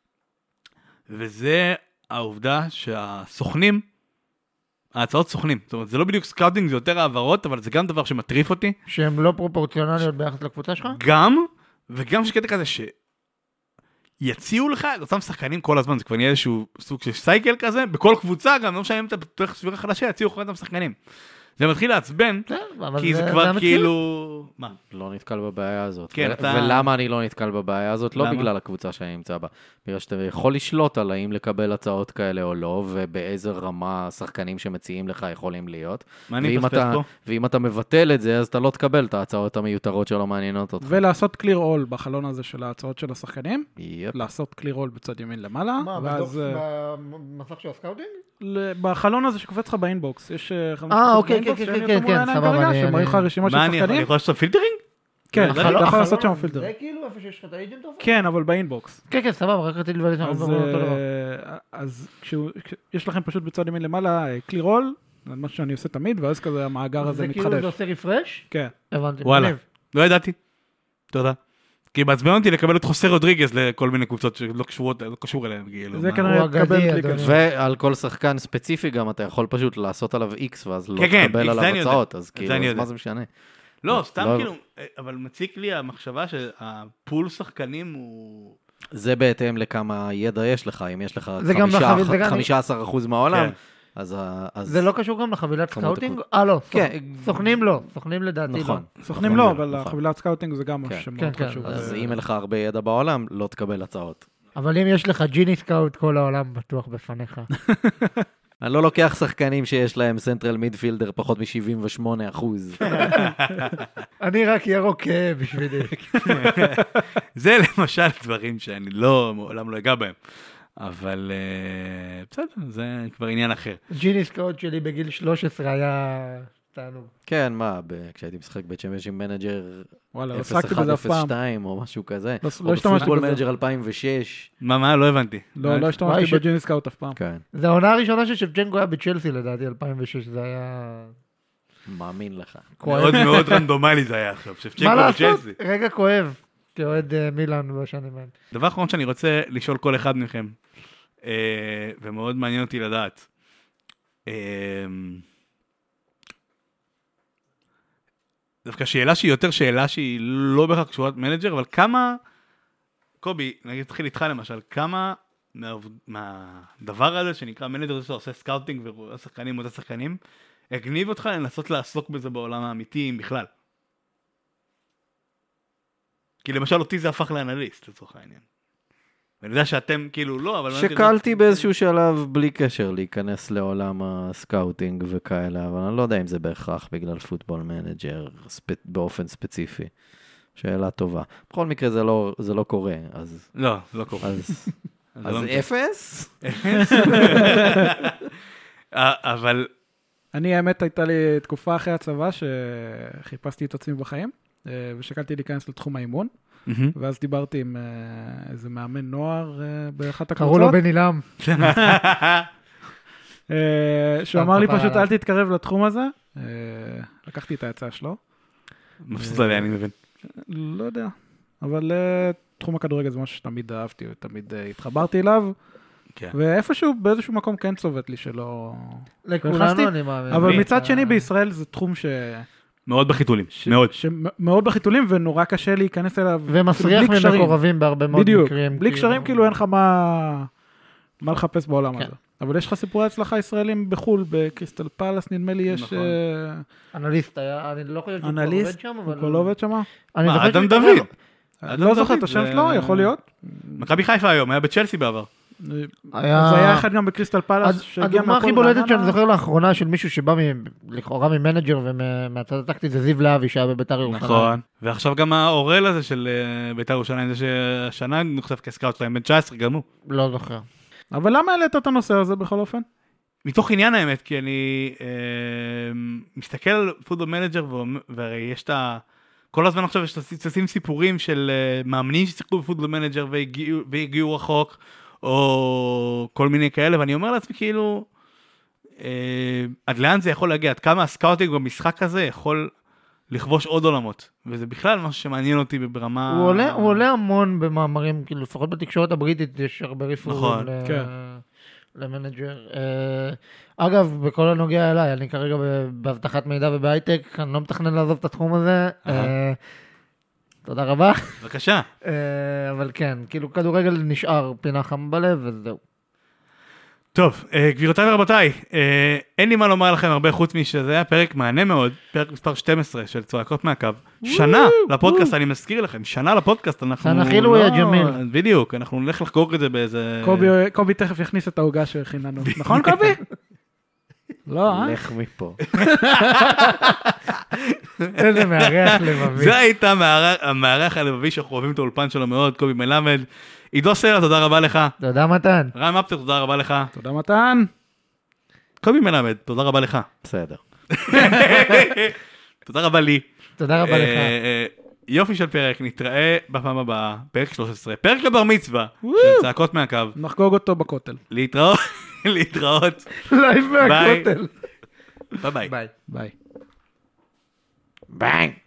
וזה העובדה שהסוכנים, ההצעות סוכנים, זאת אומרת, זה לא בדיוק סקאוטינג, זה יותר העברות, אבל זה גם דבר שמטריף אותי. שהן לא פרופורציונליות ביחס לקבוצה שלך? גם, וגם שקטע כזה ש... יציעו לך את אותם שחקנים כל הזמן, זה כבר נהיה איזשהו סוג של סייקל כזה, בכל קבוצה, גם לא משנה אם אתה בתוך סבירה חדשה, יציעו לך את אותם שחקנים. זה מתחיל לעצבן, אבל כי זה זה כבר המציאות. כאילו... מה? לא נתקל בבעיה הזאת. כן, ו- אתה- ולמה אני לא נתקל בבעיה הזאת? לא למה? בגלל הקבוצה שאני נמצא בה. בגלל שאתה יכול לשלוט על האם לקבל הצעות כאלה או לא, ובאיזה רמה השחקנים שמציעים לך יכולים להיות. מה אני ואם מפספס אתה- פה? ואם אתה מבטל את זה, אז אתה לא תקבל את ההצעות המיותרות שלא מעניינות אותך. ולעשות קליר אול בחלון הזה של ההצעות של השחקנים, יפ. לעשות קליר אול בצד ימין למעלה, מה, ואז בדוח- אה, במסך של הסקאוטינג? ל- בחלון הזה שקופץ לך באינבוקס, יש אה, חלון אה, שקופץ אוקיי, באינבוקס, כן, שאין כן, לי אותו כן, מול העיניים סבבה, כרגע, אני- שמראים לך אני- רשימה של מה, אני יכול- אני שחקנים. יכול לעשות פילטרינג? כן, החלון- אתה יכול החלון לעשות שם הזה, פילטר. זה כאילו איפה שיש לך את האג'נט אופן? כן, אבל באינבוקס. כן, כן, סבבה, רק רציתי לבדוק שאנחנו אז, מדברים על אותו דבר. אה, אז כשהוא- יש לכם פשוט בצד ימין למעלה קליר אול, זה מה שאני עושה תמיד, ואז כזה המאגר הזה זה כאילו זה מתחדש. עושה רפרש? כן. הבנתי. וואלה, מגניב. לא ידעתי. תודה. כי מעצבן אותי לקבל את חוסה רודריגז לכל מיני קבוצות שלא קשורות, לא קשור אליהם, כאילו. זה מה? כנראה הוא תקבל אגדי, קליק. אדוני. ועל כל שחקן ספציפי גם אתה יכול פשוט לעשות עליו X, ואז לא כן, כן, תקבל X, זה עליו אני יודע. הצעות, אז זה כאילו, אני אז יודע. מה זה משנה? לא, סתם לא- כאילו, אבל מציק לי המחשבה שהפול שחקנים הוא... זה בהתאם לכמה ידע יש לך, אם יש לך זה גם חמישה- לחביל- זה גם- חמישה עשר אחוז מהעולם, כן. אז... ה- אז- זה לא קשור גם לחבילת כמות סקאוטינג? הקוד. אה, לא. כן. סוכ- סוכנים לא. סוכנים לדעתי לא. נכון. סוכנים נכון, לא, נכון. אבל החבילת סקאוטינג זה גם משהו כן. שמאוד כן, כן, חשוב. אז אה, אם אין לך הרבה ידע בעולם, לא תקבל הצעות. אבל אם יש לך ג'יני סקאוט, כל העולם בטוח בפניך. אני לא לוקח שחקנים שיש להם סנטרל מידפילדר פחות מ-שבעים ושמונה אחוז. אני רק ירוק אה, בשבילי. זה למשל דברים שאני לא, מעולם לא אגע בהם. אבל אה, בסדר, זה כבר עניין אחר. ג'יני סקאוט שלי בגיל שלוש עשרה היה תענוג. כן, מה, ב- כשהייתי משחק בצ'מפיונשיפ מנג'ר וואלה, לא אפס עסקתי אחד בזה אף אפס פעם. שתיים או משהו כזה, לא- לא או השתמשתי בפוטבול בזה. מנג'ר אלפיים ושש. מה, מה? לא הבנתי. לא, לא וואי, השתמשתי ש- בג'יני סקאוט אף פעם. כן, זה העונה הראשונה ששבצ'נקו היה בצ'לסי לדעתי, אלפיים ושש, זה היה... מאמין לך. כואב. מאוד מאוד רנדומלי זה היה עכשיו. מה שפצ'נקו לעשות? בצ'לסי. רגע כואב, כאוהד אה, מילאן בשנים האלה. דבר אחרון שאני רוצה לשאול כל אחד מכם, אה, ומאוד מעניין אותי לדעת. אה, דווקא שאלה שהיא יותר שאלה שהיא לא בהכרח קשורת מנג'ר, אבל כמה, קובי, נגיד תתחיל איתך למשל, כמה מהעבוד- מהדבר הזה שנקרא מנג'ר, שאתה עושה סקאוטינג ורואה שחקנים ואותה שחקנים, הגניב אותך לנסות לעסוק בזה בעולם האמיתי אם בכלל. כי למשל אותי זה הפך לאנליסט לצורך העניין. ואני יודע שאתם כאילו לא, אבל... שקלתי באיזשהו שלב בלי קשר להיכנס לעולם הסקאוטינג וכאלה, אבל אני לא יודע אם זה בהכרח בגלל פוטבול מנג'ר ספ... באופן ספציפי. שאלה טובה. בכל מקרה זה לא, זה לא קורה, אז... לא, זה לא קורה. אז, זה אז לא מקרה. אפס? אה, אבל... אני, האמת, הייתה לי תקופה אחרי הצבא שחיפשתי את עצמי בחיים, אה, ושקלתי להיכנס לתחום האימון, ואז דיברתי עם אה, איזה מאמן נוער אה, באחת קראו לו הקבוצות, בן אילם. אה, שהוא אמר לי כפרה פשוט עליו. אל תתקרב לתחום הזה, אה, לקחתי את העצה שלו, מבסוט עליה, אני מבין. לא יודע, אבל אה, תחום הכדורגל זה משהו שתמיד אהבתי, ותמיד אה, התחברתי אליו, כן. ואיפשהו, באיזשהו מקום כן צובט לי שלא... נכנסתי, לכולנו אני מאמין. אבל מבין. מצד שני אה, בישראל זה תחום ש... מאוד בחיתולים, ש- מאוד. שמאוד בחיתולים ונורא קשה להיכנס אליו. ומסריח כאילו, בלי קשרים. ממקורבים בהרבה מאוד בדיוק, מקרים. בלי קשרים כאילו אין לך מה מה לחפש בעולם כן. הזה. אבל יש לך סיפורי הצלחה ישראלים בחול, בקריסטל פלאס נדמה לי יש נכון. אה, אנליסט היה, אני לא חושב שהוא כבר אנליסט, עובד שם, הוא אבל... כבר לא עובד שם? אני מה, זוכר אדם שהוא דוד. התקרב. אדם לא זוכר דוד את השם זה- שלו, יכול להיות. מכבי חיפה היום, היה בצ'לסי בעבר. היה- זה היה אחד גם בקריסטל פלאס הד- שהגיע הדוגמה הכי מהפועל בולטת רעננה. שאני זוכר לאחרונה של מישהו שבא מ- לכאורה ממנג'ר ומהצד הטקטי זה זיו להבי שהיה בביתר ירושלים. נכון. ועכשיו גם האורל הזה של אה, בית"ר ירושלים, זה שהשנה נחשב כסקאוט שלהם, בן תשע עשרה גם הוא. לא זוכר. אבל למה העלית את הנושא הזה בכל אופן? מתוך עניין האמת, כי אני אה, מסתכל על פוטבול מנג'ר, ואומר- והרי יש את ה... כל הזמן עכשיו יש צצים סיפורים של אה, מאמנים ששיחקו בפוטבול מנג'ר והגיעו, והגיעו רחוק, או כל מיני כאלה, ואני אומר לעצמי כאילו, אה, עד לאן זה יכול להגיע? עד כמה הסקאוטינג במשחק הזה יכול לכבוש עוד עולמות? וזה בכלל משהו שמעניין אותי ברמה... הוא עולה- הוא עולה המון במאמרים, כאילו לפחות בתקשורת הבריטית יש הרבה רפורים נכון, ל- כן. למנג'ר. אה, אגב, בכל הנוגע אליי, אני כרגע ב- באבטחת מידע ובהייטק, אני לא מתכנן לעזוב את התחום הזה. אה, תודה רבה. בבקשה. אה, אבל כן, כאילו כדורגל נשאר פינה חם בלב וזהו. טוב, אה, גבירותיי ורבותיי, אה, אין לי מה לומר לכם הרבה חוץ משזה היה פרק מענה מאוד, פרק מספר שתים עשרה של צועקות מהקו. שנה לפודקאסט, אני מזכיר לכם, שנה לפודקאסט, אנחנו... שנה חילו יא ג'מיל. בדיוק, אנחנו נלך לחגוג את זה באיזה... קובי- קובי תכף יכניס את ההוגה שהכין לנו. נכון קובי? לא, אה? לך מפה. איזה מארח לבבי. זה הייתה המארח- המארח הלבבי שאנחנו אוהבים את האולפן שלו מאוד, קובי מלמד. עידו סלע, תודה רבה לך. תודה מתן. רן מפטר, תודה רבה לך. תודה מתן. קובי מלמד, תודה רבה לך. בסדר. תודה רבה לי. תודה רבה אה, לך. אה, יופי של פרק, נתראה בפעם הבאה, פרק שלוש עשרה, פרק לבר מצווה, של צעקות מהקו. נחגוג אותו בכותל. להתראות, להתראות. לייב מהכותל. ביי ביי. ביי. ביי. ביי.